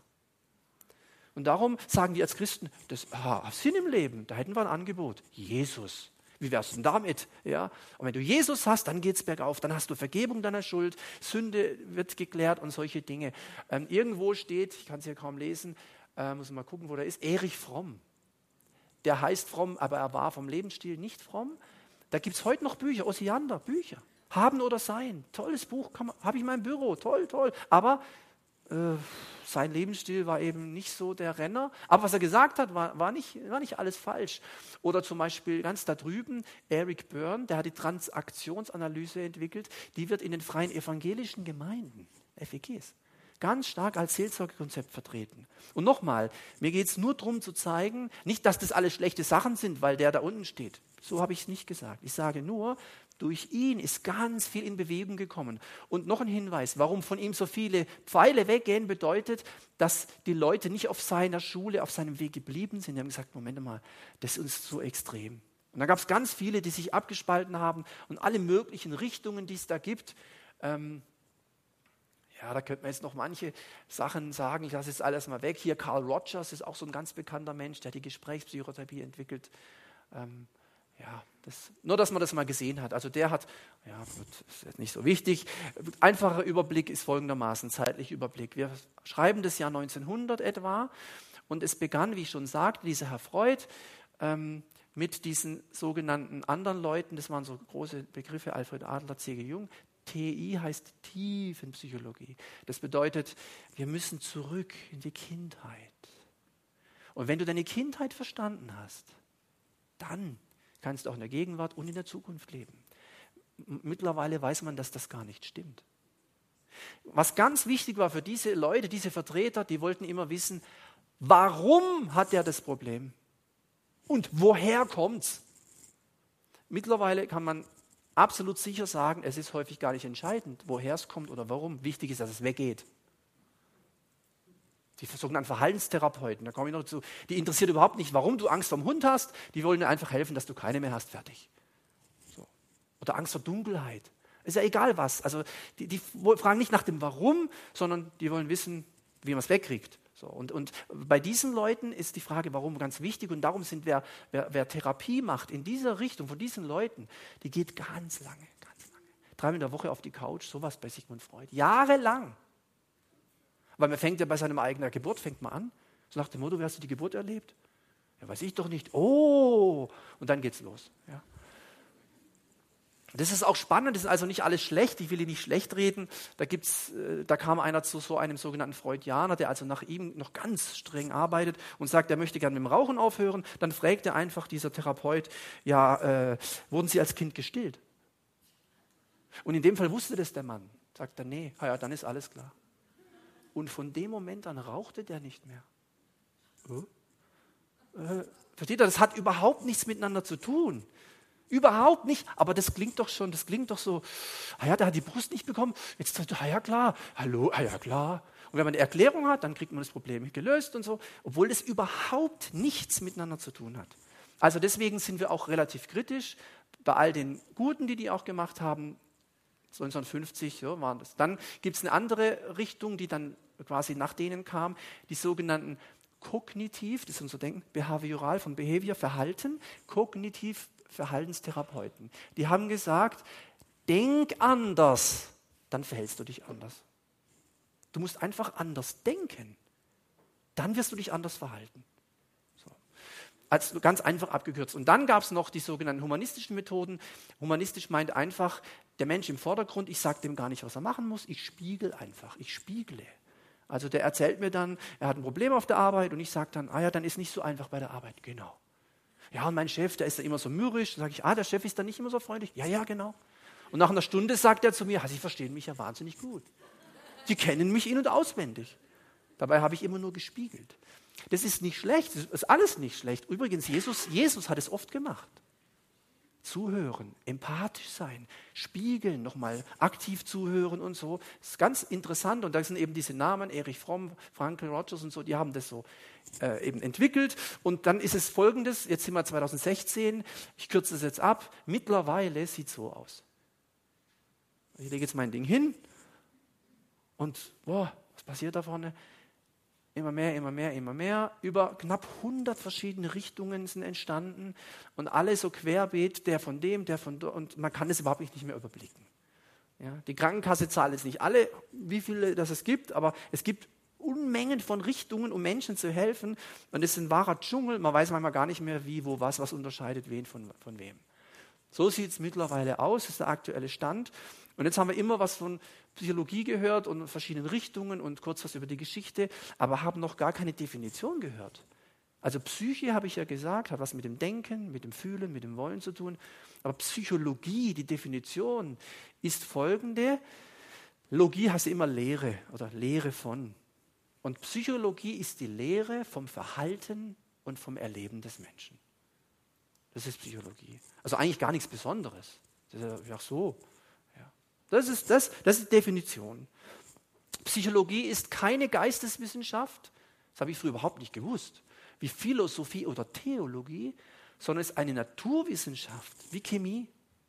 Speaker 1: Und darum sagen die als Christen, das ah, Sinn im Leben, da hätten wir ein Angebot, Jesus. Wie wär's denn damit? Ja? Und wenn du Jesus hast, dann geht es bergauf, dann hast du Vergebung deiner Schuld, Sünde wird geklärt und solche Dinge. Ähm, irgendwo steht, ich kann es hier kaum lesen, äh, muss mal gucken, wo der ist, Erich Fromm. Der heißt fromm, aber er war vom Lebensstil nicht fromm. Da gibt es heute noch Bücher, Osiander, Bücher. Haben oder Sein, tolles Buch, habe ich in meinem Büro, toll, toll. Aber äh, sein Lebensstil war eben nicht so der Renner. Aber was er gesagt hat, war, war, nicht, war nicht alles falsch. Oder zum Beispiel ganz da drüben, Eric Byrne, der hat die Transaktionsanalyse entwickelt. Die wird in den freien evangelischen Gemeinden, F E Gs, ganz stark als Seelsorgekonzept vertreten. Und nochmal, mir geht es nur darum zu zeigen, nicht, dass das alles schlechte Sachen sind, weil der da unten steht. So habe ich es nicht gesagt. Ich sage nur, durch ihn ist ganz viel in Bewegung gekommen. Und noch ein Hinweis, warum von ihm so viele Pfeile weggehen, bedeutet, dass die Leute nicht auf seiner Schule, auf seinem Weg geblieben sind. Die haben gesagt, Moment mal, das ist uns so extrem. Und da gab es ganz viele, die sich abgespalten haben und alle möglichen Richtungen, die es da gibt. Ähm, Ja, da könnte man jetzt noch manche Sachen sagen. Ich lasse jetzt alles mal weg. Hier Carl Rogers ist auch so ein ganz bekannter Mensch, der hat die Gesprächspsychotherapie entwickelt. Ähm, ja, das, nur, dass man das mal gesehen hat. Also der hat, ja, gut, ist nicht so wichtig. Einfacher Überblick ist folgendermaßen, zeitlicher Überblick. Wir schreiben das Jahr neunzehnhundert etwa und es begann, wie ich schon sagte, dieser Herr Freud ähm, mit diesen sogenannten anderen Leuten, das waren so große Begriffe, Alfred Adler, C G Jung. T I heißt Tiefenpsychologie. Das bedeutet, wir müssen zurück in die Kindheit. Und wenn du deine Kindheit verstanden hast, dann kannst du auch in der Gegenwart und in der Zukunft leben. Mittlerweile weiß man, dass das gar nicht stimmt. Was ganz wichtig war für diese Leute, diese Vertreter, die wollten immer wissen, warum hat er das Problem? Und woher kommt's? Mittlerweile kann man absolut sicher sagen, es ist häufig gar nicht entscheidend, woher es kommt oder warum. Wichtig ist, dass es weggeht. Die sogenannten Verhaltenstherapeuten, da komme ich noch dazu, die interessiert überhaupt nicht, warum du Angst vor dem Hund hast, die wollen dir einfach helfen, dass du keine mehr hast, fertig. So. Oder Angst vor Dunkelheit. Ist ja egal was. Also die, die fragen nicht nach dem Warum, sondern die wollen wissen, wie man es wegkriegt. So, und, und bei diesen Leuten ist die Frage, warum, ganz wichtig. Und darum sind, wer, wer, wer Therapie macht in dieser Richtung, von diesen Leuten, die geht ganz lange, ganz lange. Dreimal in der Woche auf die Couch, sowas bei Sigmund Freud. Jahrelang. Weil man fängt ja bei seiner eigenen Geburt, fängt man an. So nach dem Motto, wie hast du die Geburt erlebt? Ja, weiß ich doch nicht. Oh, und dann geht's los. Ja. Das ist auch spannend, das ist also nicht alles schlecht, ich will ihn nicht schlecht reden. Da, gibt's, äh, da kam einer zu so einem sogenannten Freudianer, der also nach ihm noch ganz streng arbeitet und sagt, er möchte gerne mit dem Rauchen aufhören. Dann fragt er einfach dieser Therapeut, ja, äh, wurden Sie als Kind gestillt? Und in dem Fall wusste das der Mann. Sagt er, nee, ja, dann ist alles klar. Und von dem Moment an rauchte der nicht mehr. Oh? Äh, versteht ihr, das hat überhaupt nichts miteinander zu tun. Überhaupt nicht, aber das klingt doch schon, das klingt doch so, ah ja, der hat die Brust nicht bekommen, jetzt sagt er, ah ja klar, hallo, ah ja klar. Und wenn man eine Erklärung hat, dann kriegt man das Problem gelöst und so, obwohl das überhaupt nichts miteinander zu tun hat. Also deswegen sind wir auch relativ kritisch bei all den Guten, die die auch gemacht haben, neunzehnhundertfünfzig so waren das. Dann gibt es eine andere Richtung, die dann quasi nach denen kam, die sogenannten kognitiv, das ist unser Denken, behavioral, von Behavior, Verhalten, kognitiv Verhaltenstherapeuten. Die haben gesagt, denk anders, dann verhältst du dich anders. Du musst einfach anders denken, dann wirst du dich anders verhalten. So. Also ganz einfach abgekürzt. Und dann gab es noch die sogenannten humanistischen Methoden. Humanistisch meint einfach, der Mensch im Vordergrund, ich sage dem gar nicht, was er machen muss, ich spiegel einfach, ich spiegle. Also der erzählt mir dann, er hat ein Problem auf der Arbeit und ich sage dann, ah ja, dann ist nicht so einfach bei der Arbeit, genau. Ja, und mein Chef, der ist da immer so mürrisch. Dann sage ich, ah, der Chef ist da nicht immer so freundlich. Ja, ja, genau. Und nach einer Stunde sagt er zu mir, Sie verstehen mich ja wahnsinnig gut. Sie kennen mich in- und auswendig. Dabei habe ich immer nur gespiegelt. Das ist nicht schlecht, das ist alles nicht schlecht. Übrigens, Jesus, Jesus hat es oft gemacht. Zuhören, empathisch sein, spiegeln, nochmal aktiv zuhören und so. Das ist ganz interessant und da sind eben diese Namen, Erich Fromm, Franklin Rogers und so, die haben das so äh, eben entwickelt. Und dann ist es Folgendes, jetzt sind wir zwanzig sechzehn, ich kürze das jetzt ab, mittlerweile sieht es so aus. Ich lege jetzt mein Ding hin und boah, was passiert da vorne? Immer mehr, immer mehr, immer mehr. Über knapp hundert verschiedene Richtungen sind entstanden und alle so querbeet, der von dem, der von dort. Und man kann es überhaupt nicht mehr überblicken. Ja, die Krankenkasse zahlt jetzt nicht alle, wie viele das es gibt, aber es gibt Unmengen von Richtungen, um Menschen zu helfen. Und es ist ein wahrer Dschungel. Man weiß manchmal gar nicht mehr, wie, wo, was, was unterscheidet wen von, von wem. So sieht es mittlerweile aus, das ist der aktuelle Stand. Und jetzt haben wir immer was von Psychologie gehört und verschiedenen Richtungen und kurz was über die Geschichte, aber haben noch gar keine Definition gehört. Also Psyche, habe ich ja gesagt, hat was mit dem Denken, mit dem Fühlen, mit dem Wollen zu tun. Aber Psychologie, die Definition, ist folgende. Logie heißt immer Lehre oder Lehre von. Und Psychologie ist die Lehre vom Verhalten und vom Erleben des Menschen. Das ist Psychologie. Also eigentlich gar nichts Besonderes. Das ist ja so. Ja. Das ist, das, das ist die Definition. Psychologie ist keine Geisteswissenschaft, das habe ich früher überhaupt nicht gewusst, wie Philosophie oder Theologie, sondern es ist eine Naturwissenschaft, wie Chemie,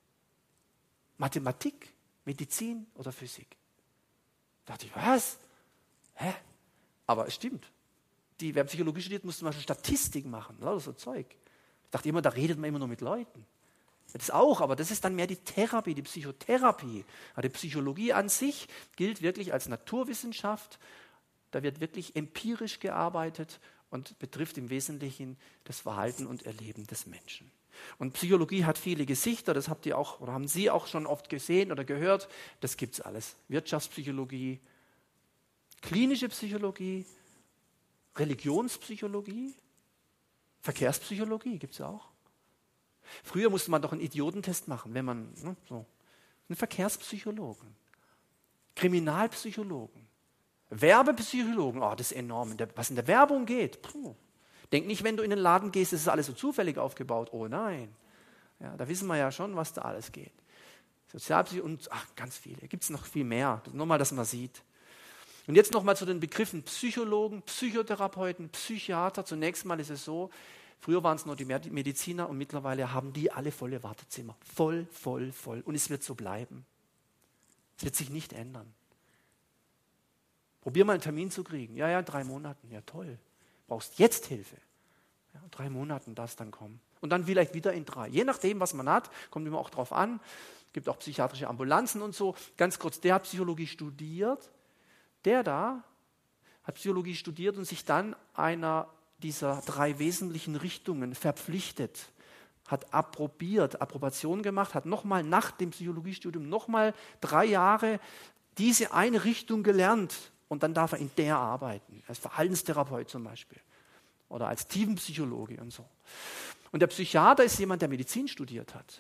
Speaker 1: Mathematik, Medizin oder Physik. Da dachte ich, was? Hä? Aber es stimmt. Die, wer Psychologie studiert, muss zum Beispiel Statistik machen, lauter so Zeug. Ich dachte immer, da redet man immer nur mit Leuten. Das auch, aber das ist dann mehr die Therapie, die Psychotherapie. Die Psychologie an sich gilt wirklich als Naturwissenschaft. Da wird wirklich empirisch gearbeitet und betrifft im Wesentlichen das Verhalten und Erleben des Menschen. Und Psychologie hat viele Gesichter, das habt ihr auch oder haben Sie auch schon oft gesehen oder gehört. Das gibt es alles. Wirtschaftspsychologie, klinische Psychologie, Religionspsychologie, Verkehrspsychologie gibt es auch. Früher musste man doch einen Idiotentest machen, wenn man, ne, so. Einen Verkehrspsychologen, Kriminalpsychologen, Werbepsychologen, oh, das ist enorm, was in der Werbung geht. Puh. Denk nicht, wenn du in den Laden gehst, das ist alles so zufällig aufgebaut. Oh nein, ja, da wissen wir ja schon, was da alles geht. Sozialpsychologie und ach, ganz viele, gibt es noch viel mehr, nur mal, dass man sieht. Und jetzt nochmal zu den Begriffen Psychologen, Psychotherapeuten, Psychiater. Zunächst mal ist es so, früher waren es nur die Mediziner und mittlerweile haben die alle volle Wartezimmer. Voll, voll, voll. Und es wird so bleiben. Es wird sich nicht ändern. Probier mal einen Termin zu kriegen. Ja, ja, in drei Monaten. Ja, toll. Brauchst jetzt Hilfe. Ja, in drei Monaten darf es dann kommen. Und dann vielleicht wieder in drei. Je nachdem, was man hat, kommt immer auch drauf an. Es gibt auch psychiatrische Ambulanzen und so. Ganz kurz, der hat Psychologie studiert. Der da hat Psychologie studiert und sich dann einer dieser drei wesentlichen Richtungen verpflichtet. hat approbiert, Approbation gemacht, hat nochmal nach dem Psychologiestudium nochmal drei Jahre diese eine Richtung gelernt und dann darf er in der arbeiten, als Verhaltenstherapeut zum Beispiel oder als Tiefenpsychologe und so. Und der Psychiater ist jemand, der Medizin studiert hat.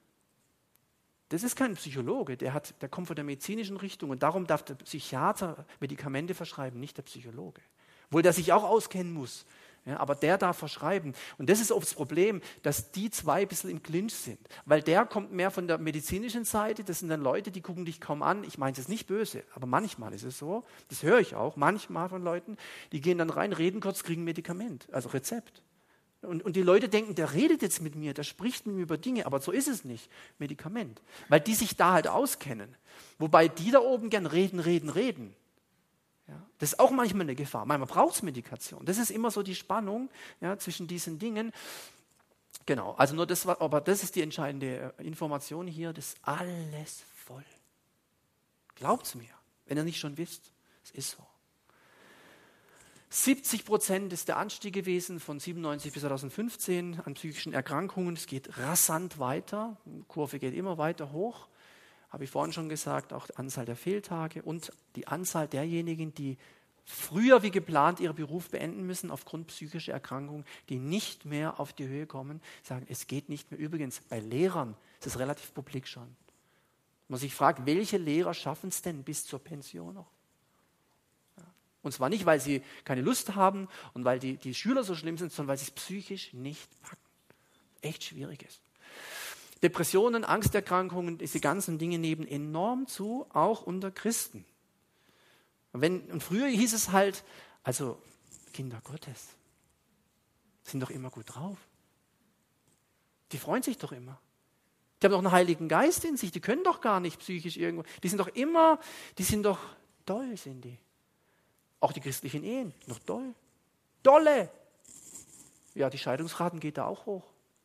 Speaker 1: Das ist kein Psychologe, der, hat, der kommt von der medizinischen Richtung und darum darf der Psychiater Medikamente verschreiben, nicht der Psychologe. Obwohl der sich auch auskennen muss. Ja, aber der darf verschreiben. Und das ist oft das Problem, dass die zwei ein bisschen im Clinch sind. Weil der kommt mehr von der medizinischen Seite, das sind dann Leute, die gucken dich kaum an. Ich meine es ist nicht böse, aber manchmal ist es so, das höre ich auch, manchmal von Leuten, die gehen dann rein, reden kurz, kriegen ein Medikament, also Rezept. Und, und die Leute denken, der redet jetzt mit mir, der spricht mit mir über Dinge, aber so ist es nicht, Medikament. Weil die sich da halt auskennen. Wobei die da oben gern reden, reden, reden. Ja, das ist auch manchmal eine Gefahr. Manchmal braucht es Medikation. Das ist immer so die Spannung, ja, zwischen diesen Dingen. Genau, also nur das, aber das ist die entscheidende Information hier, das ist alles voll. Glaubt es mir, wenn ihr nicht schon wisst, es ist so. siebzig Prozent ist der Anstieg gewesen von siebenundneunzig bis zweitausendfünfzehn an psychischen Erkrankungen. Es geht rasant weiter, die Kurve geht immer weiter hoch. Habe ich vorhin schon gesagt, auch die Anzahl der Fehltage und die Anzahl derjenigen, die früher wie geplant ihren Beruf beenden müssen aufgrund psychischer Erkrankungen, die nicht mehr auf die Höhe kommen, sagen, es geht nicht mehr. Übrigens, bei Lehrern ist es relativ publik schon. Man sich fragt, welche Lehrer schaffen es denn bis zur Pension noch? Ja. Und zwar nicht, weil sie keine Lust haben und weil die, die Schüler so schlimm sind, sondern weil sie es psychisch nicht packen. Echt schwierig ist. Depressionen, Angsterkrankungen, diese ganzen Dinge nehmen enorm zu, auch unter Christen. Und, wenn, und früher hieß es halt, also Kinder Gottes sind doch immer gut drauf. Die freuen sich doch immer. Die haben doch einen Heiligen Geist in sich, die können doch gar nicht psychisch irgendwo. Die sind doch immer, die sind doch doll, sind die. Auch die christlichen Ehen, noch doll. Dolle! Ja, die Scheidungsraten geht da auch hoch.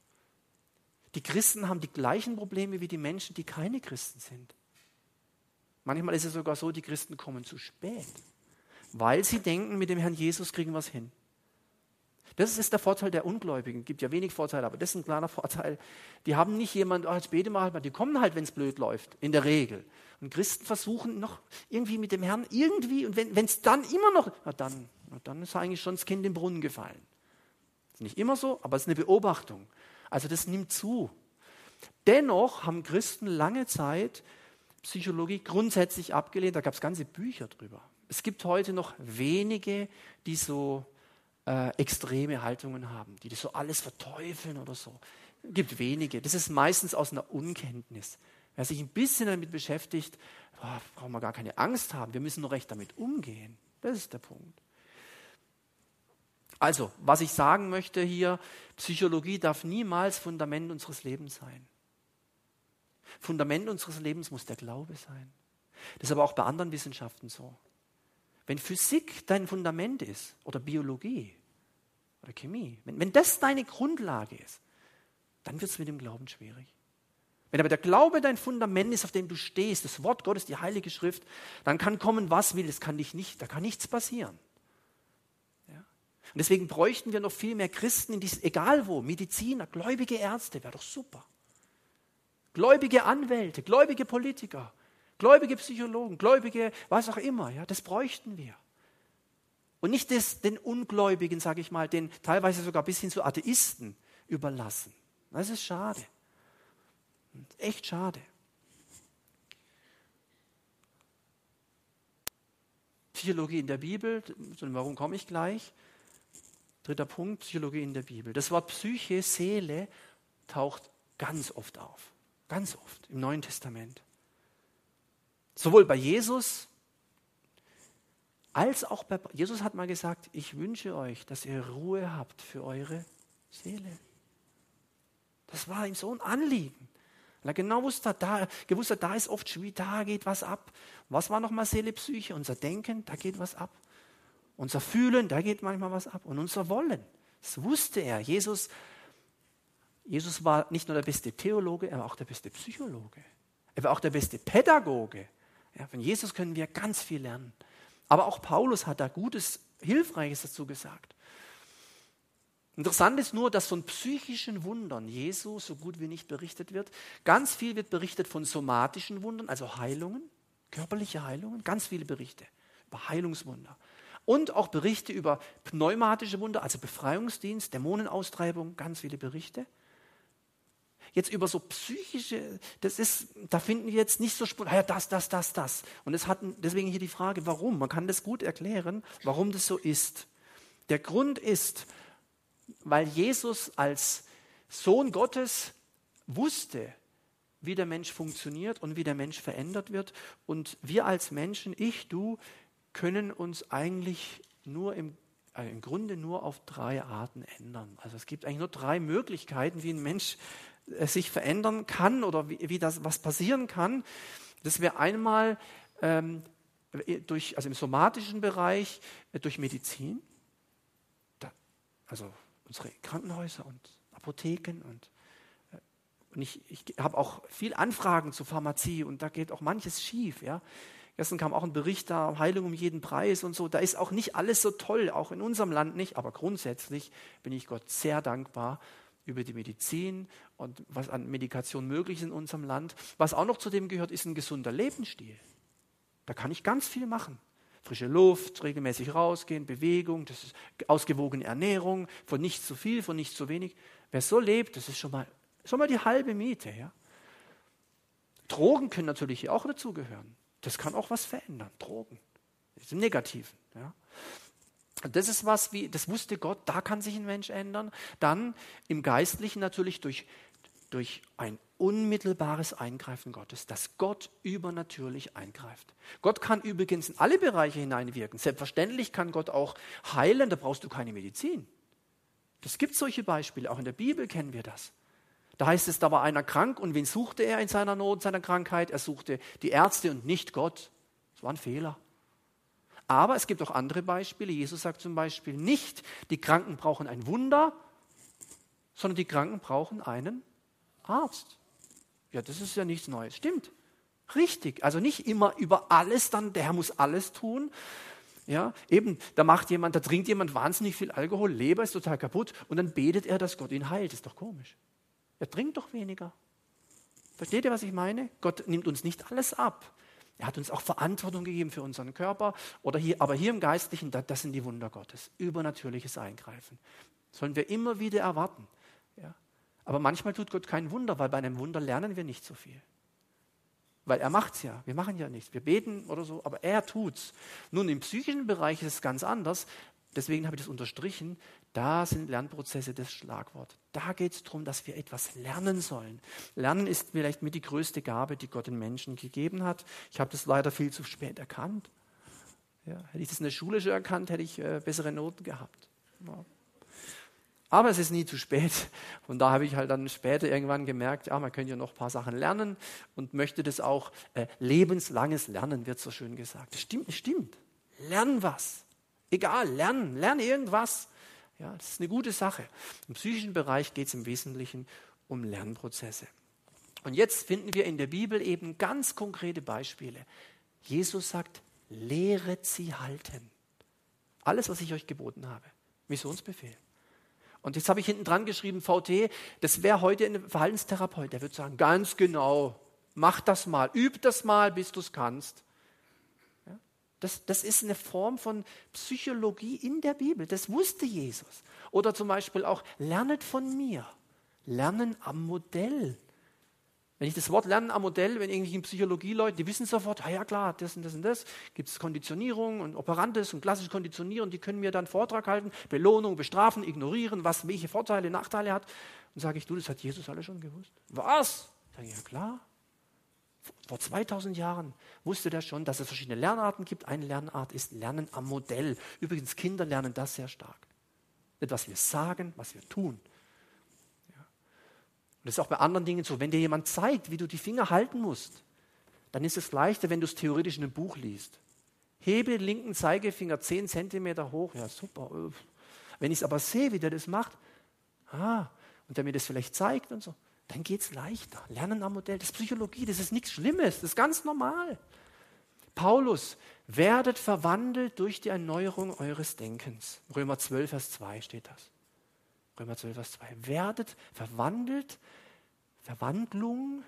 Speaker 1: Die Christen haben die gleichen Probleme wie die Menschen, die keine Christen sind. Manchmal ist es sogar so, die Christen kommen zu spät, weil sie denken, mit dem Herrn Jesus kriegen wir es hin. Das ist der Vorteil der Ungläubigen. Es gibt ja wenig Vorteile, aber das ist ein kleiner Vorteil. Die haben nicht jemanden, oh, jetzt bete mal halt mal. Die kommen halt, wenn es blöd läuft, in der Regel. Und Christen versuchen noch irgendwie mit dem Herrn irgendwie, und wenn es dann immer noch, na dann, na dann ist eigentlich schon das Kind im Brunnen gefallen. Das ist nicht immer so, aber es ist eine Beobachtung. Also das nimmt zu. Dennoch haben Christen lange Zeit Psychologie grundsätzlich abgelehnt. Da gab es ganze Bücher drüber. Es gibt heute noch wenige, die so äh, extreme Haltungen haben, die das so alles verteufeln oder so. Es gibt wenige. Das ist meistens aus einer Unkenntnis. Wer sich ein bisschen damit beschäftigt, boah, brauchen wir gar keine Angst haben. Wir müssen nur recht damit umgehen. Das ist der Punkt. Also, was ich sagen möchte hier, Psychologie darf niemals Fundament unseres Lebens sein. Fundament unseres Lebens muss der Glaube sein. Das ist aber auch bei anderen Wissenschaften so. Wenn Physik dein Fundament ist, oder Biologie, oder Chemie, wenn, wenn das deine Grundlage ist, dann wird es mit dem Glauben schwierig. Wenn aber der Glaube dein Fundament ist, auf dem du stehst, das Wort Gottes, die Heilige Schrift, dann kann kommen, was will, das kann dich nicht, da kann nichts passieren. Und deswegen bräuchten wir noch viel mehr Christen, in dies, egal wo, Mediziner, gläubige Ärzte, wäre doch super. Gläubige Anwälte, gläubige Politiker, gläubige Psychologen, gläubige, was auch immer, ja, das bräuchten wir. Und nicht das, den Ungläubigen, sage ich mal, den teilweise sogar bis hin zu Atheisten überlassen. Das ist schade. Echt schade. Psychologie in der Bibel, warum komme ich gleich? Dritter Punkt, Psychologie in der Bibel. Das Wort Psyche, Seele, taucht ganz oft auf. Ganz oft im Neuen Testament. Sowohl bei Jesus, als auch bei... Jesus hat mal gesagt, ich wünsche euch, dass ihr Ruhe habt für eure Seele. Das war ihm so ein Anliegen. Weil er genau wusste, da, gewusst hat, da ist oft schwierig, da geht was ab. Was war nochmal Seele, Psyche? Unser Denken, da geht was ab. Unser Fühlen, da geht manchmal was ab. Und unser Wollen, das wusste er. Jesus, Jesus war nicht nur der beste Theologe, er war auch der beste Psychologe. Er war auch der beste Pädagoge. Ja, von Jesus können wir ganz viel lernen. Aber auch Paulus hat da Gutes, Hilfreiches dazu gesagt. Interessant ist nur, dass von psychischen Wundern Jesu so gut wie nicht berichtet wird. Ganz viel wird berichtet von somatischen Wundern, also Heilungen, körperliche Heilungen, ganz viele Berichte über Heilungswunder. Und auch Berichte über pneumatische Wunder, also Befreiungsdienst, Dämonenaustreibung, ganz viele Berichte. Jetzt über so psychische, das ist, da finden wir jetzt nicht so spontan, ja, das, das, das, das. Und es hat deswegen hier die Frage, warum? Man kann das gut erklären, warum das so ist. Der Grund ist, weil Jesus als Sohn Gottes wusste, wie der Mensch funktioniert und wie der Mensch verändert wird. Und wir als Menschen, ich, du, können uns eigentlich nur im, also im Grunde nur auf drei Arten ändern. Also es gibt eigentlich nur drei Möglichkeiten, wie ein Mensch äh, sich verändern kann oder wie, wie das was passieren kann. Das wäre einmal ähm, durch, also im somatischen Bereich äh, durch Medizin, da, also unsere Krankenhäuser und Apotheken und, äh, und ich, ich habe auch viel Anfragen zur Pharmazie und da geht auch manches schief, ja. Gestern kam auch ein Bericht da, Heilung um jeden Preis und so. Da ist auch nicht alles so toll, auch in unserem Land nicht. Aber grundsätzlich bin ich Gott sehr dankbar über die Medizin und was an Medikation möglich ist in unserem Land. Was auch noch zu dem gehört, ist ein gesunder Lebensstil. Da kann ich ganz viel machen. Frische Luft, regelmäßig rausgehen, Bewegung, das ist ausgewogene Ernährung, von nicht zu viel, von nicht zu wenig. Wer so lebt, das ist schon mal, schon mal die halbe Miete. Ja? Drogen können natürlich hier auch dazugehören. Das kann auch was verändern, Drogen. Das ist im Negativen. Ja. Und das ist was, wie, das wusste Gott, da kann sich ein Mensch ändern. Dann im Geistlichen natürlich durch, durch ein unmittelbares Eingreifen Gottes, dass Gott übernatürlich eingreift. Gott kann übrigens in alle Bereiche hineinwirken. Selbstverständlich kann Gott auch heilen, da brauchst du keine Medizin. Es gibt solche Beispiele, auch in der Bibel kennen wir das. Da heißt es, da war einer krank und wen suchte er in seiner Not, seiner Krankheit? Er suchte die Ärzte und nicht Gott. Das war ein Fehler. Aber es gibt auch andere Beispiele. Jesus sagt zum Beispiel nicht, die Kranken brauchen ein Wunder, sondern die Kranken brauchen einen Arzt. Ja, das ist ja nichts Neues. Stimmt. Richtig. Also nicht immer über alles dann, der Herr muss alles tun. Ja, eben, da macht jemand, da trinkt jemand wahnsinnig viel Alkohol, Leber ist total kaputt und dann betet er, dass Gott ihn heilt. Das ist doch komisch. Er trinkt doch weniger. Versteht ihr, was ich meine? Gott nimmt uns nicht alles ab. Er hat uns auch Verantwortung gegeben für unseren Körper. Oder hier, aber hier im Geistlichen, das sind die Wunder Gottes. Übernatürliches Eingreifen. Das sollen wir immer wieder erwarten. Ja? Aber manchmal tut Gott kein Wunder, weil bei einem Wunder lernen wir nicht so viel. Weil er macht es ja. Wir machen ja nichts. Wir beten oder so, aber er tut's. Nun, im psychischen Bereich ist es ganz anders. Deswegen habe ich das unterstrichen. Da sind Lernprozesse das Schlagwort. Da geht es darum, dass wir etwas lernen sollen. Lernen ist vielleicht mit die größte Gabe, die Gott den Menschen gegeben hat. Ich habe das leider viel zu spät erkannt. Ja, hätte ich das in der Schule schon erkannt, hätte ich äh, bessere Noten gehabt. Ja. Aber es ist nie zu spät. Und da habe ich halt dann später irgendwann gemerkt, ja, man könnte ja noch ein paar Sachen lernen und möchte das auch, äh, lebenslanges Lernen wird so schön gesagt. Das stimmt, das stimmt. Lern was. Egal, lernen, lerne irgendwas. Ja, das ist eine gute Sache. Im psychischen Bereich geht es im Wesentlichen um Lernprozesse. Und jetzt finden wir in der Bibel eben ganz konkrete Beispiele. Jesus sagt, lehret sie halten. Alles, was ich euch geboten habe. Missionsbefehl. Und jetzt habe ich hinten dran geschrieben, V T, das wäre heute ein Verhaltenstherapeut. Der würde sagen, ganz genau, mach das mal, üb das mal, bis du es kannst. Ja? Das, das ist eine Form von Psychologie in der Bibel. Das wusste Jesus. Oder zum Beispiel auch, lernet von mir. Lernen am Modell. Wenn ich das Wort Lernen am Modell, wenn irgendwelche Psychologieleute, die wissen sofort, ah ja klar, das und das und das, gibt es Konditionierung und Operantes und klassische Konditionieren, die können mir dann Vortrag halten, Belohnung, bestrafen, ignorieren, was welche Vorteile, Nachteile hat. Und sage ich, du, das hat Jesus alle schon gewusst. Was? Sage ich, ja klar. Vor zweitausend Jahren wusste der schon, dass es verschiedene Lernarten gibt. Eine Lernart ist Lernen am Modell. Übrigens, Kinder lernen das sehr stark. Nicht, was wir sagen, was wir tun. Und das ist auch bei anderen Dingen so. Wenn dir jemand zeigt, wie du die Finger halten musst, dann ist es leichter, wenn du es theoretisch in einem Buch liest. Hebe den linken Zeigefinger zehn Zentimeter hoch. Ja, super. Wenn ich es aber sehe, wie der das macht, ah, und der mir das vielleicht zeigt und so, dann geht es leichter. Lernen am Modell. Das ist Psychologie, das ist nichts Schlimmes, das ist ganz normal. Paulus, werdet verwandelt durch die Erneuerung eures Denkens. Römer zwölf, Vers zwei steht das. Römer zwölf, Vers zwei. Werdet verwandelt, Verwandlung,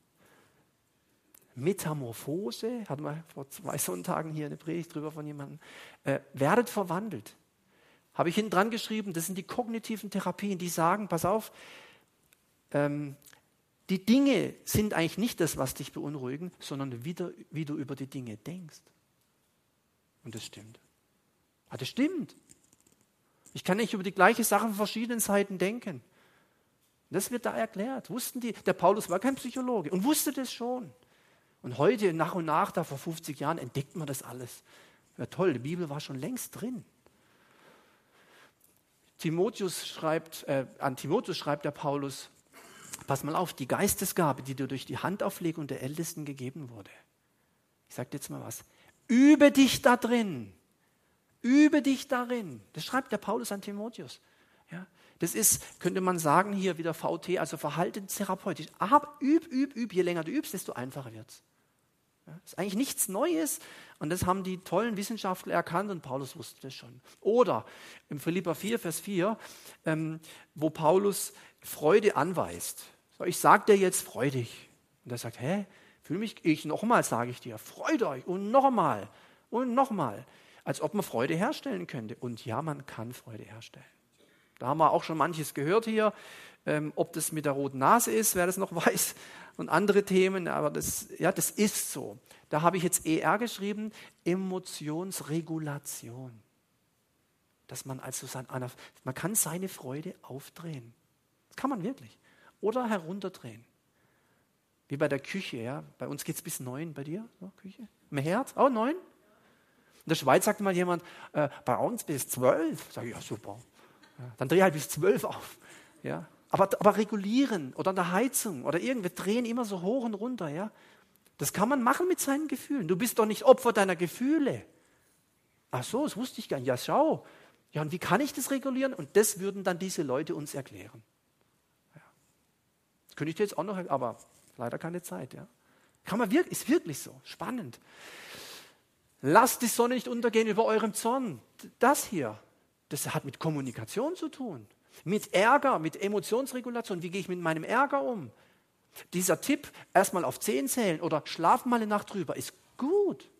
Speaker 1: Metamorphose, hatten wir vor zwei Sonntagen hier eine Predigt drüber von jemandem. Äh, werdet verwandelt. Habe ich hinten dran geschrieben, das sind die kognitiven Therapien, die sagen, pass auf, ähm, die Dinge sind eigentlich nicht das, was dich beunruhigen, sondern wie du, wie du über die Dinge denkst. Und das stimmt. Ah, das stimmt. Ich kann nicht über die gleiche Sache von verschiedenen Seiten denken. Das wird da erklärt. Wussten die, der Paulus war kein Psychologe und wusste das schon. Und heute, nach und nach, da vor fünfzig Jahren, entdeckt man das alles. Ja toll, die Bibel war schon längst drin. Timotheus schreibt, äh, an Timotheus schreibt der Paulus, pass mal auf, die Geistesgabe, die dir durch die Handauflegung der Ältesten gegeben wurde. Ich sage dir jetzt mal was. Übe dich da drin. Übe dich darin. Das schreibt der Paulus an Timotheus. Ja, das ist, könnte man sagen, hier wieder V T, also verhaltenstherapeutisch. Aber üb, üb, üb. Je länger du übst, desto einfacher wird es. Ja, das ist eigentlich nichts Neues. Und das haben die tollen Wissenschaftler erkannt und Paulus wusste das schon. Oder im Philipper vier, Vers vier, ähm, wo Paulus Freude anweist. So, ich sage dir jetzt, freu dich. Und er sagt, hä, fühl mich, ich nochmal sage ich dir, freut euch und nochmal und nochmal. Als ob man Freude herstellen könnte. Und ja, man kann Freude herstellen. Da haben wir auch schon manches gehört hier, ähm, ob das mit der roten Nase ist, wer das noch weiß, und andere Themen, aber das, ja, das ist so. Da habe ich jetzt E R geschrieben, Emotionsregulation. Dass man also sein, man kann seine Freude aufdrehen. Das kann man wirklich. Oder herunterdrehen. Wie bei der Küche, ja. Bei uns geht es bis neun, bei dir, so, Küche? Im Herd, auch neun? In der Schweiz sagt mal jemand, äh, bei uns bis zwölf. Sag ich, ja super. Ja, dann dreh halt bis zwölf auf. Ja. Aber, aber regulieren oder an der Heizung oder irgendwie drehen immer so hoch und runter. Ja. Das kann man machen mit seinen Gefühlen. Du bist doch nicht Opfer deiner Gefühle. Ach so, das wusste ich gar nicht. Ja, schau. Ja, und wie kann ich das regulieren? Und das würden dann diese Leute uns erklären. Ja. Das könnte ich dir jetzt auch noch erklären, aber leider keine Zeit. Ja. Kann man wirklich, ist wirklich so. Spannend. Lasst die Sonne nicht untergehen über eurem Zorn. Das hier, das hat mit Kommunikation zu tun. Mit Ärger, mit Emotionsregulation. Wie gehe ich mit meinem Ärger um? Dieser Tipp, erstmal auf zehn zählen oder schlafen mal eine Nacht drüber, ist gut.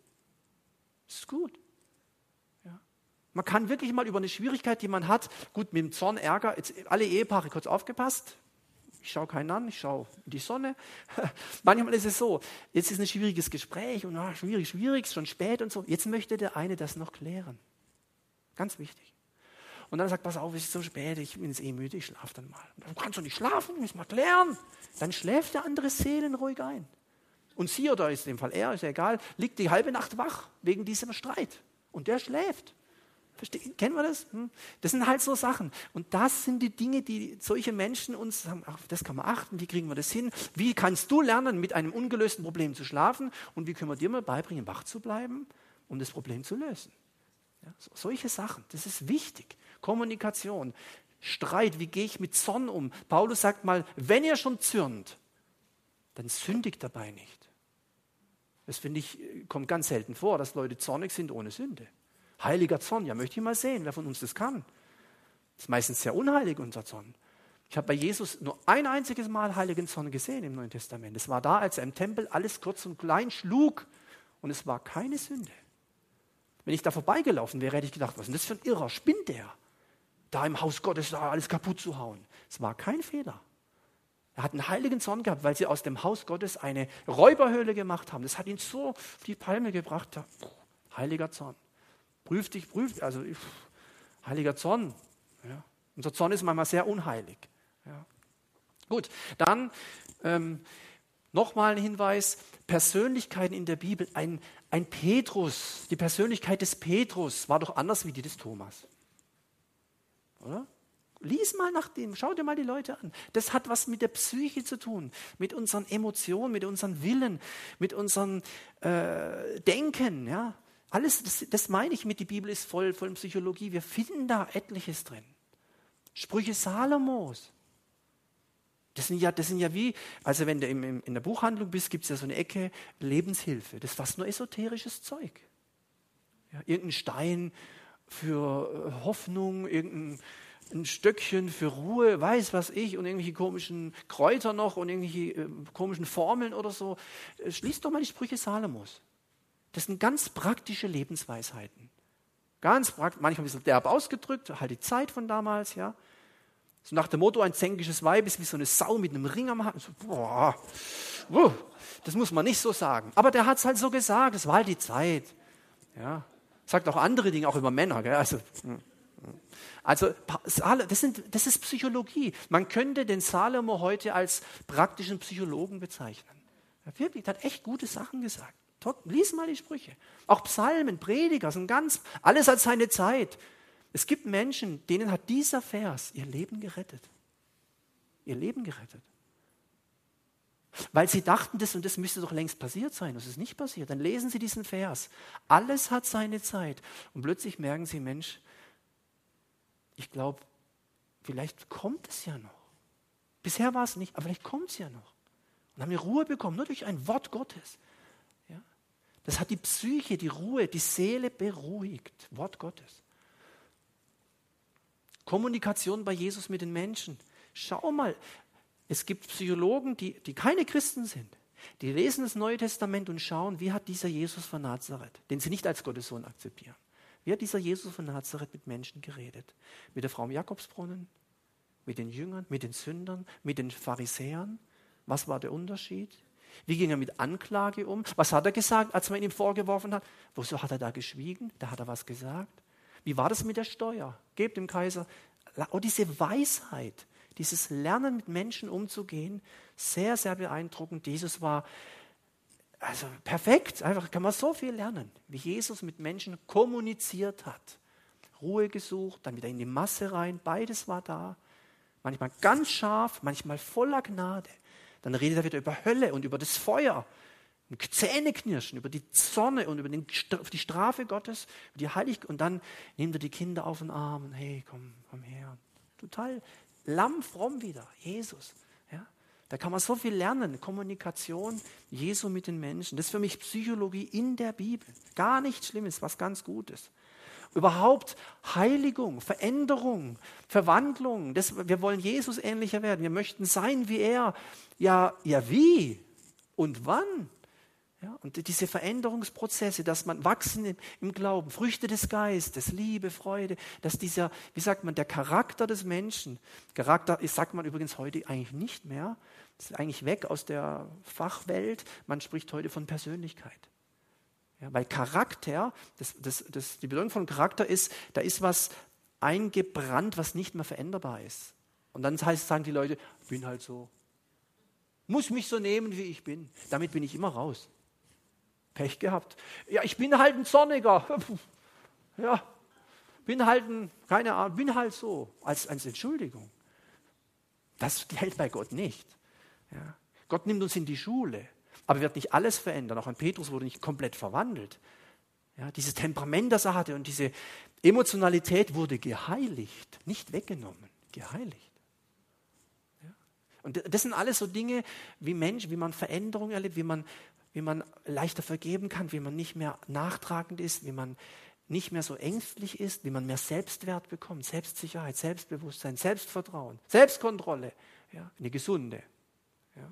Speaker 1: Ist gut. Ja. Man kann wirklich mal über eine Schwierigkeit, die man hat, gut, mit dem Zorn, Ärger, jetzt alle Ehepaare kurz aufgepasst. Ich schaue keinen an, ich schaue in die Sonne. Manchmal ist es so, jetzt ist ein schwieriges Gespräch und ah, schwierig, schwierig, schon spät und so. Jetzt möchte der eine das noch klären. Ganz wichtig. Und dann sagt, pass auf, es ist so spät, ich bin jetzt eh müde, ich schlafe dann mal. Dann kannst du nicht schlafen, müssen wir klären. Dann schläft der andere seelenruhig ein. Und sie, oder ist in dem Fall er, ist ja egal, liegt die halbe Nacht wach wegen diesem Streit. Und der schläft. Verstehen? Kennen wir das? Das sind halt so Sachen. Und das sind die Dinge, die solche Menschen uns sagen, ach, das kann man achten, wie kriegen wir das hin? Wie kannst du lernen, mit einem ungelösten Problem zu schlafen? Und wie können wir dir mal beibringen, wach zu bleiben, um das Problem zu lösen? Ja, so, solche Sachen, das ist wichtig. Kommunikation, Streit, wie gehe ich mit Zorn um? Paulus sagt mal, wenn ihr schon zürnt, dann sündigt dabei nicht. Das finde ich, kommt ganz selten vor, dass Leute zornig sind ohne Sünde. Heiliger Zorn, ja, möchte ich mal sehen, wer von uns das kann. Das ist meistens sehr unheilig, unser Zorn. Ich habe bei Jesus nur ein einziges Mal heiligen Zorn gesehen im Neuen Testament. Es war da, als er im Tempel alles kurz und klein schlug und es war keine Sünde. Wenn ich da vorbeigelaufen wäre, hätte ich gedacht, was ist denn das für ein Irrer? Spinnt der? Da im Haus Gottes da alles kaputt zu hauen. Es war kein Fehler. Er hat einen heiligen Zorn gehabt, weil sie aus dem Haus Gottes eine Räuberhöhle gemacht haben. Das hat ihn so auf die Palme gebracht. Heiliger Zorn. Prüf dich, prüf, also heiliger Zorn. Ja. Unser Zorn ist manchmal sehr unheilig. Ja. Gut, dann ähm, nochmal ein Hinweis, Persönlichkeiten in der Bibel. Ein, ein Petrus, die Persönlichkeit des Petrus war doch anders wie die des Thomas. Oder? Lies mal nach dem, schau dir mal die Leute an. Das hat was mit der Psyche zu tun, mit unseren Emotionen, mit unseren Willen, mit unserem äh, Denken, ja. Alles, das, das meine ich mit, die Bibel ist voll von Psychologie. Wir finden da etliches drin. Sprüche Salomos. Das sind ja, das sind ja wie, also wenn du im, im, in der Buchhandlung bist, gibt es ja so eine Ecke Lebenshilfe. Das ist fast nur esoterisches Zeug. Ja, irgendein Stein für Hoffnung, irgendein ein Stöckchen für Ruhe, weiß was ich, und irgendwelche komischen Kräuter noch und irgendwelche äh, komischen Formeln oder so. Äh, Schließt doch mal die Sprüche Salomos. Das sind ganz praktische Lebensweisheiten. Ganz praktisch, manchmal ein bisschen derb ausgedrückt, halt die Zeit von damals, ja. So nach dem Motto, ein zänkisches Weib ist wie so eine Sau mit einem Ring am Hals. So, boah, uh, das muss man nicht so sagen. Aber der hat es halt so gesagt, das war halt die Zeit. Ja. Sagt auch andere Dinge, auch über Männer. Gell? Also, also das, sind, das ist Psychologie. Man könnte den Salomo heute als praktischen Psychologen bezeichnen. Er wirklich, der hat echt gute Sachen gesagt. Lies mal die Sprüche. Auch Psalmen, Prediger, sind ganz, alles hat seine Zeit. Es gibt Menschen, denen hat dieser Vers ihr Leben gerettet. Ihr Leben gerettet. Weil sie dachten, das und das müsste doch längst passiert sein. Das ist nicht passiert. Dann lesen sie diesen Vers. Alles hat seine Zeit. Und plötzlich merken sie, Mensch, ich glaube, vielleicht kommt es ja noch. Bisher war es nicht, aber vielleicht kommt es ja noch. Und haben eine Ruhe bekommen, nur durch ein Wort Gottes. Ja? Das hat die Psyche, die Ruhe, die Seele beruhigt. Wort Gottes. Kommunikation bei Jesus mit den Menschen. Schau mal, es gibt Psychologen, die, die keine Christen sind. Die lesen das Neue Testament und schauen, wie hat dieser Jesus von Nazareth, den sie nicht als Gottes Sohn akzeptieren, wie hat dieser Jesus von Nazareth mit Menschen geredet? Mit der Frau im Jakobsbrunnen, mit den Jüngern, mit den Sündern, mit den Pharisäern. Was war der Unterschied? Wie ging er mit Anklage um? Was hat er gesagt, als man ihn vorgeworfen hat? Wieso hat er da geschwiegen? Da hat er was gesagt. Wie war das mit der Steuer? Gebt dem Kaiser. Oh, diese Weisheit, dieses Lernen, mit Menschen umzugehen, sehr, sehr beeindruckend. Jesus war also perfekt. Einfach kann man so viel lernen, wie Jesus mit Menschen kommuniziert hat. Ruhe gesucht, dann wieder in die Masse rein. Beides war da. Manchmal ganz scharf, manchmal voller Gnade. Dann redet er wieder über Hölle und über das Feuer. Zähneknirschen, über die Sonne und über den, die Strafe Gottes, über die Heiligkeit. Und dann nimmt er die Kinder auf den Arm und hey, komm, komm her. Total lammfromm wieder, Jesus. Ja? Da kann man so viel lernen. Kommunikation Jesu mit den Menschen. Das ist für mich Psychologie in der Bibel. Gar nichts Schlimmes, was ganz Gutes. Überhaupt Heiligung, Veränderung, Verwandlung. Das, wir wollen Jesus ähnlicher werden. Wir möchten sein wie er. Ja, ja wie und wann? Ja, und diese Veränderungsprozesse, dass man wachsen im, im Glauben, Früchte des Geistes, Liebe, Freude, dass dieser, wie sagt man, der Charakter des Menschen, Charakter sagt man übrigens heute eigentlich nicht mehr, das ist eigentlich weg aus der Fachwelt, man spricht heute von Persönlichkeit. Ja, weil Charakter, das, das, das, die Bedeutung von Charakter ist, da ist was eingebrannt, was nicht mehr veränderbar ist. Und dann heißt, sagen die Leute, ich bin halt so, muss mich so nehmen, wie ich bin. Damit bin ich immer raus. Pech gehabt. Ja, ich bin halt ein Zorniger. Ja, bin halt ein, keine Ahnung, bin halt so, als, als Entschuldigung. Das hält bei Gott nicht. Ja. Gott nimmt uns in die Schule, aber wird nicht alles verändern. Auch ein Petrus wurde nicht komplett verwandelt. Ja, dieses Temperament, das er hatte und diese Emotionalität wurde geheiligt, nicht weggenommen, geheiligt. Ja. Und das sind alles so Dinge, wie Mensch, wie man Veränderung erlebt, wie man wie man leichter vergeben kann, wie man nicht mehr nachtragend ist, wie man nicht mehr so ängstlich ist, wie man mehr Selbstwert bekommt, Selbstsicherheit, Selbstbewusstsein, Selbstvertrauen, Selbstkontrolle, ja, eine gesunde. Ja.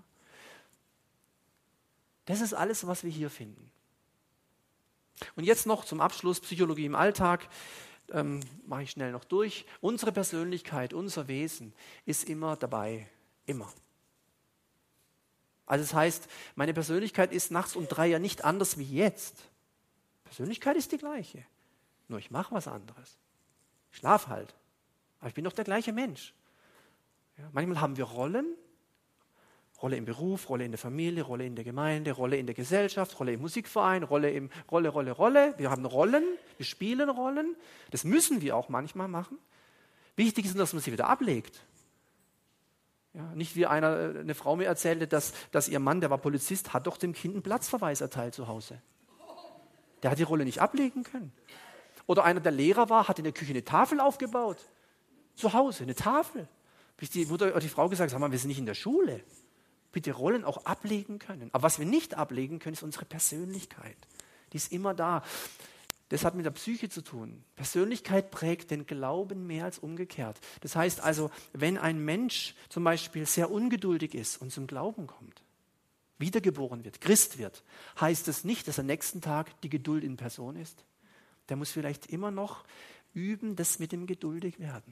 Speaker 1: Das ist alles, was wir hier finden. Und jetzt noch zum Abschluss Psychologie im Alltag, ähm, mache ich schnell noch durch. Unsere Persönlichkeit, unser Wesen ist immer dabei, immer. Also das heißt, meine Persönlichkeit ist nachts um drei ja nicht anders wie jetzt. Persönlichkeit ist die gleiche, nur ich mache was anderes. Ich schlafe halt, aber ich bin doch der gleiche Mensch. Ja, manchmal haben wir Rollen, Rolle im Beruf, Rolle in der Familie, Rolle in der Gemeinde, Rolle in der Gesellschaft, Rolle im Musikverein, Rolle im Rolle, Rolle, Rolle. Wir haben Rollen, wir spielen Rollen. Das müssen wir auch manchmal machen. Wichtig ist, dass man sie wieder ablegt. Ja, nicht wie einer, eine Frau mir erzählte, dass, dass ihr Mann, der war Polizist, hat doch dem Kind einen Platzverweis erteilt zu Hause. Der hat die Rolle nicht ablegen können. Oder einer, der Lehrer war, hat in der Küche eine Tafel aufgebaut. Zu Hause, eine Tafel. Bis die Mutter oder die Frau gesagt hat, sag mal, wir sind nicht in der Schule. Bitte Rollen auch ablegen können. Aber was wir nicht ablegen können, ist unsere Persönlichkeit. Die ist immer da. Das hat mit der Psyche zu tun. Persönlichkeit prägt den Glauben mehr als umgekehrt. Das heißt also, wenn ein Mensch zum Beispiel sehr ungeduldig ist und zum Glauben kommt, wiedergeboren wird, Christ wird, heißt das nicht, dass am nächsten Tag die Geduld in Person ist. Der muss vielleicht immer noch üben, das mit dem geduldig werden.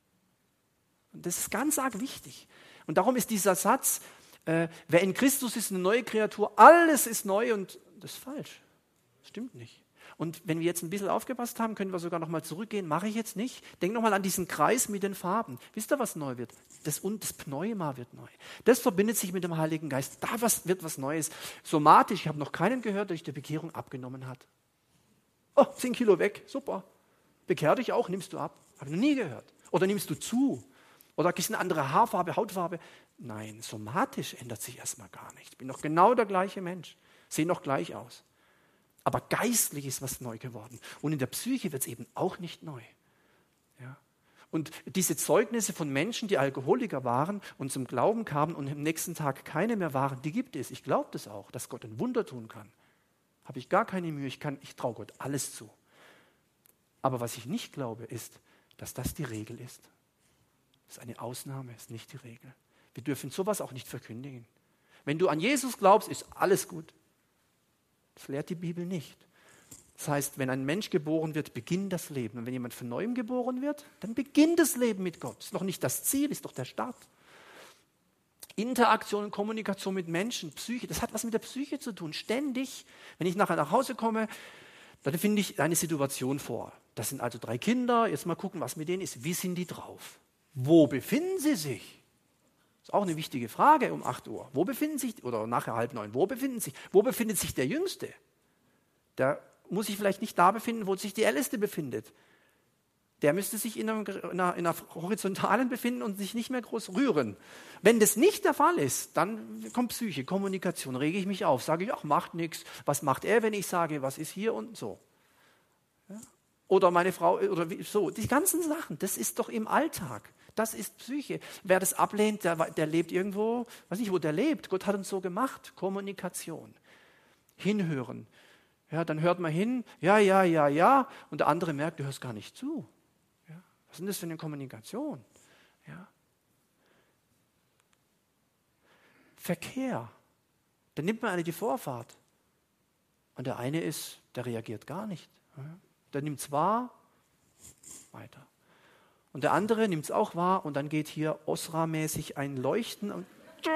Speaker 1: Und das ist ganz arg wichtig. Und darum ist dieser Satz, äh, wer in Christus ist, eine neue Kreatur, alles ist neu, und das ist falsch. Das stimmt nicht. Und wenn wir jetzt ein bisschen aufgepasst haben, können wir sogar noch mal zurückgehen. Mache ich jetzt nicht. Denk noch mal an diesen Kreis mit den Farben. Wisst ihr, was neu wird? Das, und das Pneuma wird neu. Das verbindet sich mit dem Heiligen Geist. Da was, wird was Neues. Somatisch, ich habe noch keinen gehört, der durch die Bekehrung abgenommen hat. Oh, zehn Kilo weg, super. Bekehr dich auch, nimmst du ab. Habe ich noch nie gehört. Oder nimmst du zu? Oder ist eine andere Haarfarbe, Hautfarbe? Nein, somatisch ändert sich erstmal gar nichts. Ich bin noch genau der gleiche Mensch. Sehe noch gleich aus. Aber geistlich ist was neu geworden. Und in der Psyche wird es eben auch nicht neu. Ja. Und diese Zeugnisse von Menschen, die Alkoholiker waren und zum Glauben kamen und am nächsten Tag keine mehr waren, die gibt es. Ich glaube das auch, dass Gott ein Wunder tun kann. Habe ich gar keine Mühe. Ich, kann, ich traue Gott alles zu. Aber was ich nicht glaube, ist, dass das die Regel ist. Das ist eine Ausnahme, ist nicht die Regel. Wir dürfen sowas auch nicht verkündigen. Wenn du an Jesus glaubst, ist alles gut. Das lehrt die Bibel nicht. Das heißt, wenn ein Mensch geboren wird, beginnt das Leben. Und wenn jemand von Neuem geboren wird, dann beginnt das Leben mit Gott. Das ist noch nicht das Ziel, ist doch der Start. Interaktion und Kommunikation mit Menschen, Psyche, das hat was mit der Psyche zu tun. Ständig, wenn ich nachher nach Hause komme, dann finde ich eine Situation vor. Das sind also drei Kinder, jetzt mal gucken, was mit denen ist. Wie sind die drauf? Wo befinden sie sich? Das ist auch eine wichtige Frage um acht Uhr. Wo befinden sich, oder nachher halb neun, wo befinden sich, wo befindet sich der Jüngste? Der muss sich vielleicht nicht da befinden, wo sich die Älteste befindet. Der müsste sich in einer, in einer, in einer horizontalen befinden und sich nicht mehr groß rühren. Wenn das nicht der Fall ist, dann kommt Psyche, Kommunikation, rege ich mich auf, sage ich, ach, macht nichts. Was macht er, wenn ich sage, was ist hier und so? Ja? Oder meine Frau, oder wie, so. Die ganzen Sachen, das ist doch im Alltag. Das ist Psyche. Wer das ablehnt, der, der lebt irgendwo, weiß nicht, wo der lebt. Gott hat uns so gemacht. Kommunikation. Hinhören. Ja, dann hört man hin, ja, ja, ja, ja, und der andere merkt, du hörst gar nicht zu. Ja, was ist denn das für eine Kommunikation? Ja. Verkehr. Dann nimmt man eine die Vorfahrt. Und der eine ist, der reagiert gar nicht. Ja. Der nimmt es wahr, weiter. Und der andere nimmt es auch wahr und dann geht hier Osra-mäßig ein Leuchten und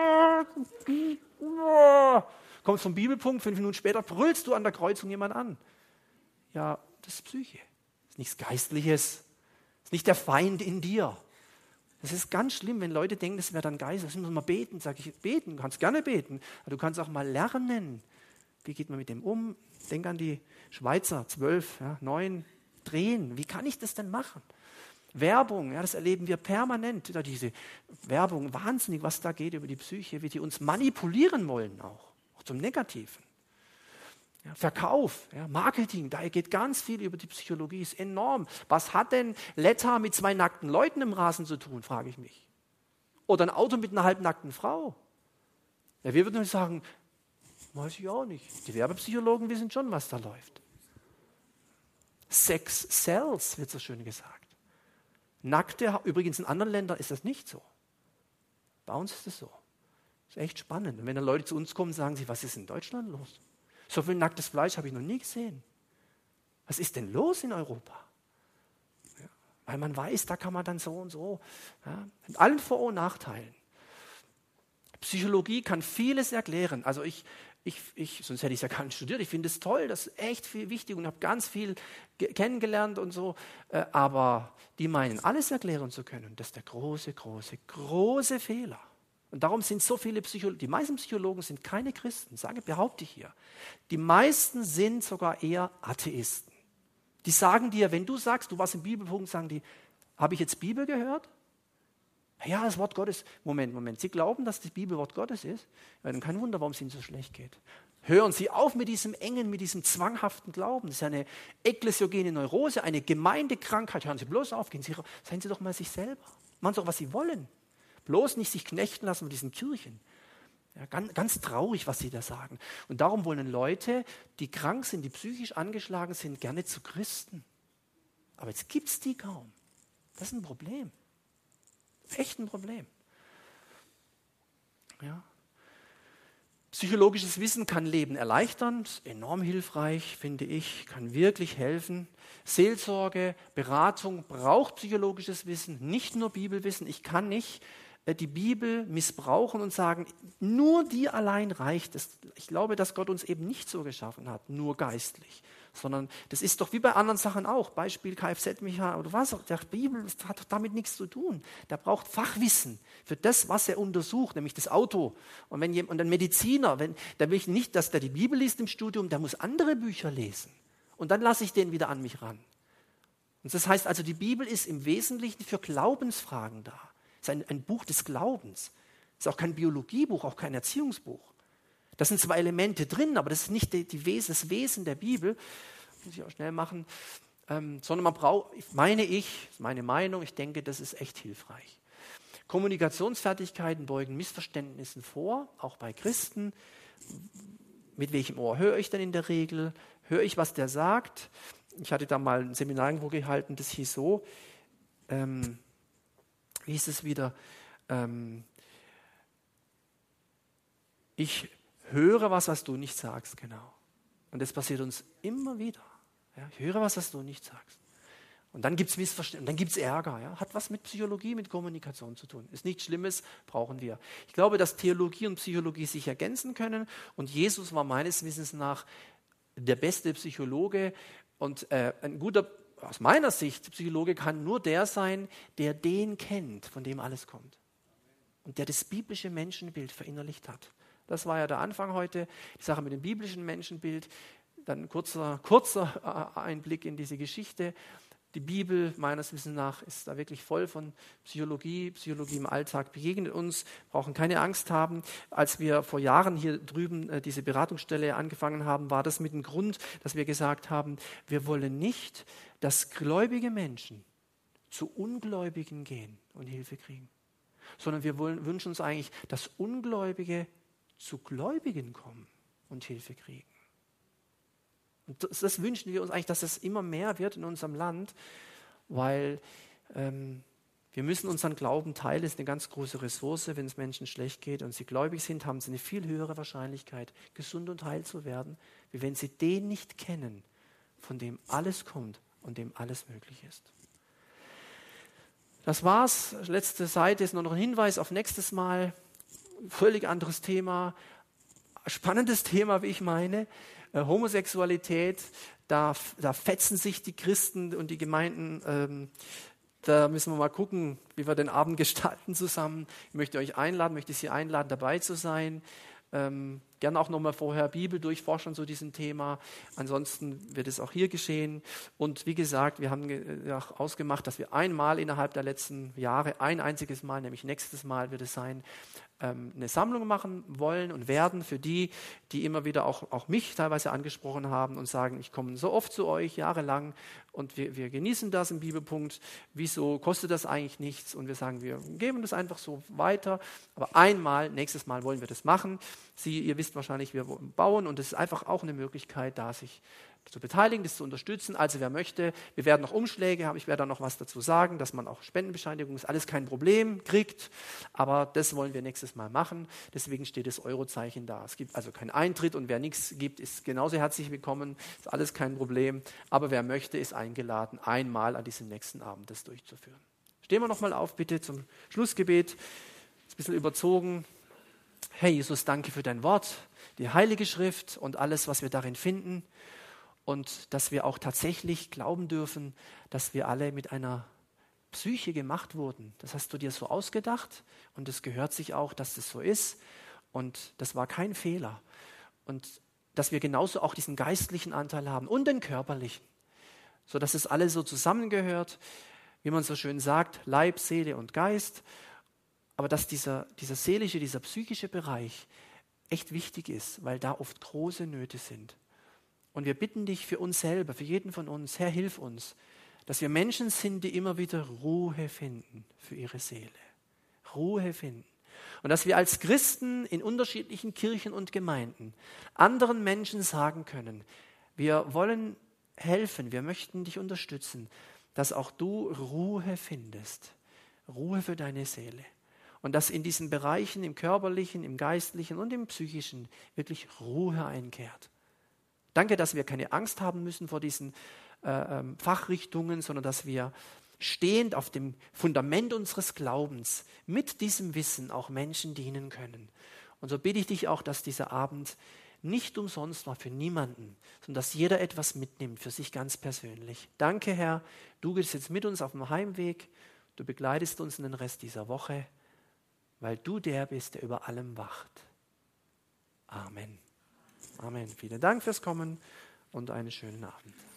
Speaker 1: kommst vom Bibelpunkt, fünf Minuten später brüllst du an der Kreuzung jemand an. Ja, das ist Psyche. Das ist nichts Geistliches. Das ist nicht der Feind in dir. Das ist ganz schlimm, wenn Leute denken, das wäre dann Geist. Das müssen wir mal beten. Sag ich, beten, du kannst gerne beten. Aber du kannst auch mal lernen. Wie geht man mit dem um? Denk an die Schweizer, zwölf, ja, neun, drehen. Wie kann ich das denn machen? Werbung, ja, das erleben wir permanent. Ja, diese Werbung, wahnsinnig, was da geht über die Psyche, wie die uns manipulieren wollen auch, auch zum Negativen. Ja, Verkauf, ja, Marketing, da geht ganz viel über die Psychologie, ist enorm. Was hat denn Letta mit zwei nackten Leuten im Rasen zu tun, frage ich mich. Oder ein Auto mit einer halbnackten Frau. Ja, wir würden sagen, weiß ich auch nicht. Die Werbepsychologen wissen schon, was da läuft. Sex sells, wird so schön gesagt. Nackte, übrigens in anderen Ländern ist das nicht so. Bei uns ist es so. Das ist echt spannend. Und wenn dann Leute zu uns kommen, sagen sie, was ist in Deutschland los? So viel nacktes Fleisch habe ich noch nie gesehen. Was ist denn los in Europa? Ja, weil man weiß, da kann man dann so und so. Ja, mit allen Vor- und Nachteilen. Psychologie kann vieles erklären. Also ich, ich, ich sonst hätte ich es ja gar nicht studiert. Ich finde es toll, das ist echt viel wichtig und habe ganz viel ge- kennengelernt und so. Äh, aber die meinen, alles erklären zu können. Das ist der große, große, große Fehler. Und darum sind so viele Psychologen, die meisten Psychologen sind keine Christen, sage, behaupte ich hier. Die meisten sind sogar eher Atheisten. Die sagen dir, wenn du sagst, du warst im Bibelpunkt, sagen die, habe ich jetzt Bibel gehört? Ja, das Wort Gottes. Moment, Moment. Sie glauben, dass die Bibel Wort Gottes ist? Ja, dann kein Wunder, warum es ihnen so schlecht geht. Hören Sie auf mit diesem engen, mit diesem zwanghaften Glauben. Das ist eine ekklesiogene Neurose, eine Gemeindekrankheit. Hören Sie bloß auf, gehen Sie, seien Sie doch mal sich selber. Machen Sie doch, was Sie wollen. Bloß nicht sich knechten lassen von diesen Kirchen. Ja, ganz, ganz traurig, was sie da sagen. Und darum wollen Leute, die krank sind, die psychisch angeschlagen sind, gerne zu Christen. Aber jetzt gibt es die kaum. Das ist ein Problem. Echt ein Problem. Ja. Psychologisches Wissen kann Leben erleichtern, ist enorm hilfreich, finde ich, kann wirklich helfen. Seelsorge, Beratung braucht psychologisches Wissen, nicht nur Bibelwissen. Ich kann nicht äh, die Bibel missbrauchen und sagen, nur die allein reicht. Das, ich glaube, dass Gott uns eben nicht so geschaffen hat, nur geistlich. Sondern das ist doch wie bei anderen Sachen auch, Beispiel Kfz-Mechanik oder was auch, der Bibel hat doch damit nichts zu tun. Der braucht Fachwissen für das, was er untersucht, nämlich das Auto. Und, wenn jemand, und ein Mediziner, wenn, der will ich nicht, dass der die Bibel liest im Studium, der muss andere Bücher lesen. Und dann lasse ich den wieder an mich ran. Und das heißt also, die Bibel ist im Wesentlichen für Glaubensfragen da. Es ist ein, ein Buch des Glaubens. Es ist auch kein Biologiebuch, auch kein Erziehungsbuch. Das sind zwei Elemente drin, aber das ist nicht die, die Wesen, das Wesen der Bibel, muss ich auch schnell machen, ähm, sondern man braucht, meine ich, das ist meine Meinung, ich denke, das ist echt hilfreich. Kommunikationsfertigkeiten beugen Missverständnissen vor, auch bei Christen. Mit welchem Ohr höre ich denn in der Regel? Höre ich, was der sagt? Ich hatte da mal ein Seminar irgendwo gehalten, das hieß so, ähm, wie hieß es wieder? Ähm, ich höre was, was du nicht sagst, genau. Und das passiert uns immer wieder. Ja, ich höre was, was du nicht sagst. Und dann gibt es Missverständnisse, dann gibt es Ärger. Ja, hat was mit Psychologie, mit Kommunikation zu tun. Ist nichts Schlimmes, brauchen wir. Ich glaube, dass Theologie und Psychologie sich ergänzen können. Und Jesus war meines Wissens nach der beste Psychologe. Und äh, ein guter, aus meiner Sicht, Psychologe kann nur der sein, der den kennt, von dem alles kommt. Und der das biblische Menschenbild verinnerlicht hat. Das war ja der Anfang heute, die Sache mit dem biblischen Menschenbild. Dann ein kurzer, kurzer Einblick in diese Geschichte. Die Bibel, meines Wissens nach, ist da wirklich voll von Psychologie. Psychologie im Alltag begegnet uns, brauchen keine Angst haben. Als wir vor Jahren hier drüben äh, diese Beratungsstelle angefangen haben, war das mit dem Grund, dass wir gesagt haben, wir wollen nicht, dass gläubige Menschen zu Ungläubigen gehen und Hilfe kriegen, sondern wir wollen, wünschen uns eigentlich, dass Ungläubige zu Gläubigen kommen und Hilfe kriegen. Und das, das wünschen wir uns eigentlich, dass es immer mehr wird in unserem Land, weil ähm, wir müssen unseren Glauben teilen. Das ist eine ganz große Ressource. Wenn es Menschen schlecht geht und sie gläubig sind, haben sie eine viel höhere Wahrscheinlichkeit, gesund und heil zu werden, wie wenn sie den nicht kennen, von dem alles kommt und dem alles möglich ist. Das war's. Letzte Seite ist nur noch ein Hinweis auf nächstes Mal. Völlig anderes Thema, spannendes Thema, wie ich meine. Äh, Homosexualität, da, da fetzen sich die Christen und die Gemeinden. Ähm, da müssen wir mal gucken, wie wir den Abend gestalten zusammen. Ich möchte euch einladen, möchte Sie einladen, dabei zu sein. Ähm, gerne auch nochmal vorher Bibel durchforschen zu diesem Thema. Ansonsten wird es auch hier geschehen. Und wie gesagt, wir haben ge- ja, ausgemacht, dass wir einmal innerhalb der letzten Jahre, ein einziges Mal, nämlich nächstes Mal wird es sein, ähm, eine Sammlung machen wollen und werden für die, die immer wieder auch, auch mich teilweise angesprochen haben und sagen, ich komme so oft zu euch, jahrelang, und wir, wir genießen das im Bibelpunkt. Wieso kostet das eigentlich nichts? Und wir sagen, wir geben das einfach so weiter. Aber einmal, nächstes Mal wollen wir das machen. Sie, ihr wisst wahrscheinlich, wir bauen, und es ist einfach auch eine Möglichkeit, da sich zu beteiligen, das zu unterstützen. Also wer möchte, wir werden noch Umschläge haben, ich werde da noch was dazu sagen, dass man auch Spendenbescheinigung, ist alles kein Problem, kriegt, aber das wollen wir nächstes Mal machen. Deswegen steht das Eurozeichen da. Es gibt also keinen Eintritt, und wer nichts gibt, ist genauso herzlich willkommen, ist alles kein Problem. Aber wer möchte, ist eingeladen, einmal an diesem nächsten Abend das durchzuführen. Stehen wir nochmal auf, bitte, zum Schlussgebet. Ist ein bisschen überzogen. Herr Jesus, danke für dein Wort, die Heilige Schrift und alles, was wir darin finden. Und dass wir auch tatsächlich glauben dürfen, dass wir alle mit einer Psyche gemacht wurden. Das hast du dir so ausgedacht, und es gehört sich auch, dass das so ist. Und das war kein Fehler. Und dass wir genauso auch diesen geistlichen Anteil haben und den körperlichen, sodass es alles so zusammengehört, wie man so schön sagt, Leib, Seele und Geist. Aber dass dieser, dieser seelische, dieser psychische Bereich echt wichtig ist, weil da oft große Nöte sind. Und wir bitten dich für uns selber, für jeden von uns, Herr, hilf uns, dass wir Menschen sind, die immer wieder Ruhe finden für ihre Seele. Ruhe finden. Und dass wir als Christen in unterschiedlichen Kirchen und Gemeinden anderen Menschen sagen können, wir wollen helfen, wir möchten dich unterstützen, dass auch du Ruhe findest, Ruhe für deine Seele. Und dass in diesen Bereichen, im körperlichen, im geistlichen und im psychischen, wirklich Ruhe einkehrt. Danke, dass wir keine Angst haben müssen vor diesen äh, ähm, Fachrichtungen, sondern dass wir stehend auf dem Fundament unseres Glaubens mit diesem Wissen auch Menschen dienen können. Und so bitte ich dich auch, dass dieser Abend nicht umsonst war für niemanden, sondern dass jeder etwas mitnimmt für sich ganz persönlich. Danke, Herr, du bist jetzt mit uns auf dem Heimweg, du begleitest uns in den Rest dieser Woche, weil du der bist, der über allem wacht. Amen. Amen. Vielen Dank fürs Kommen und einen schönen Abend.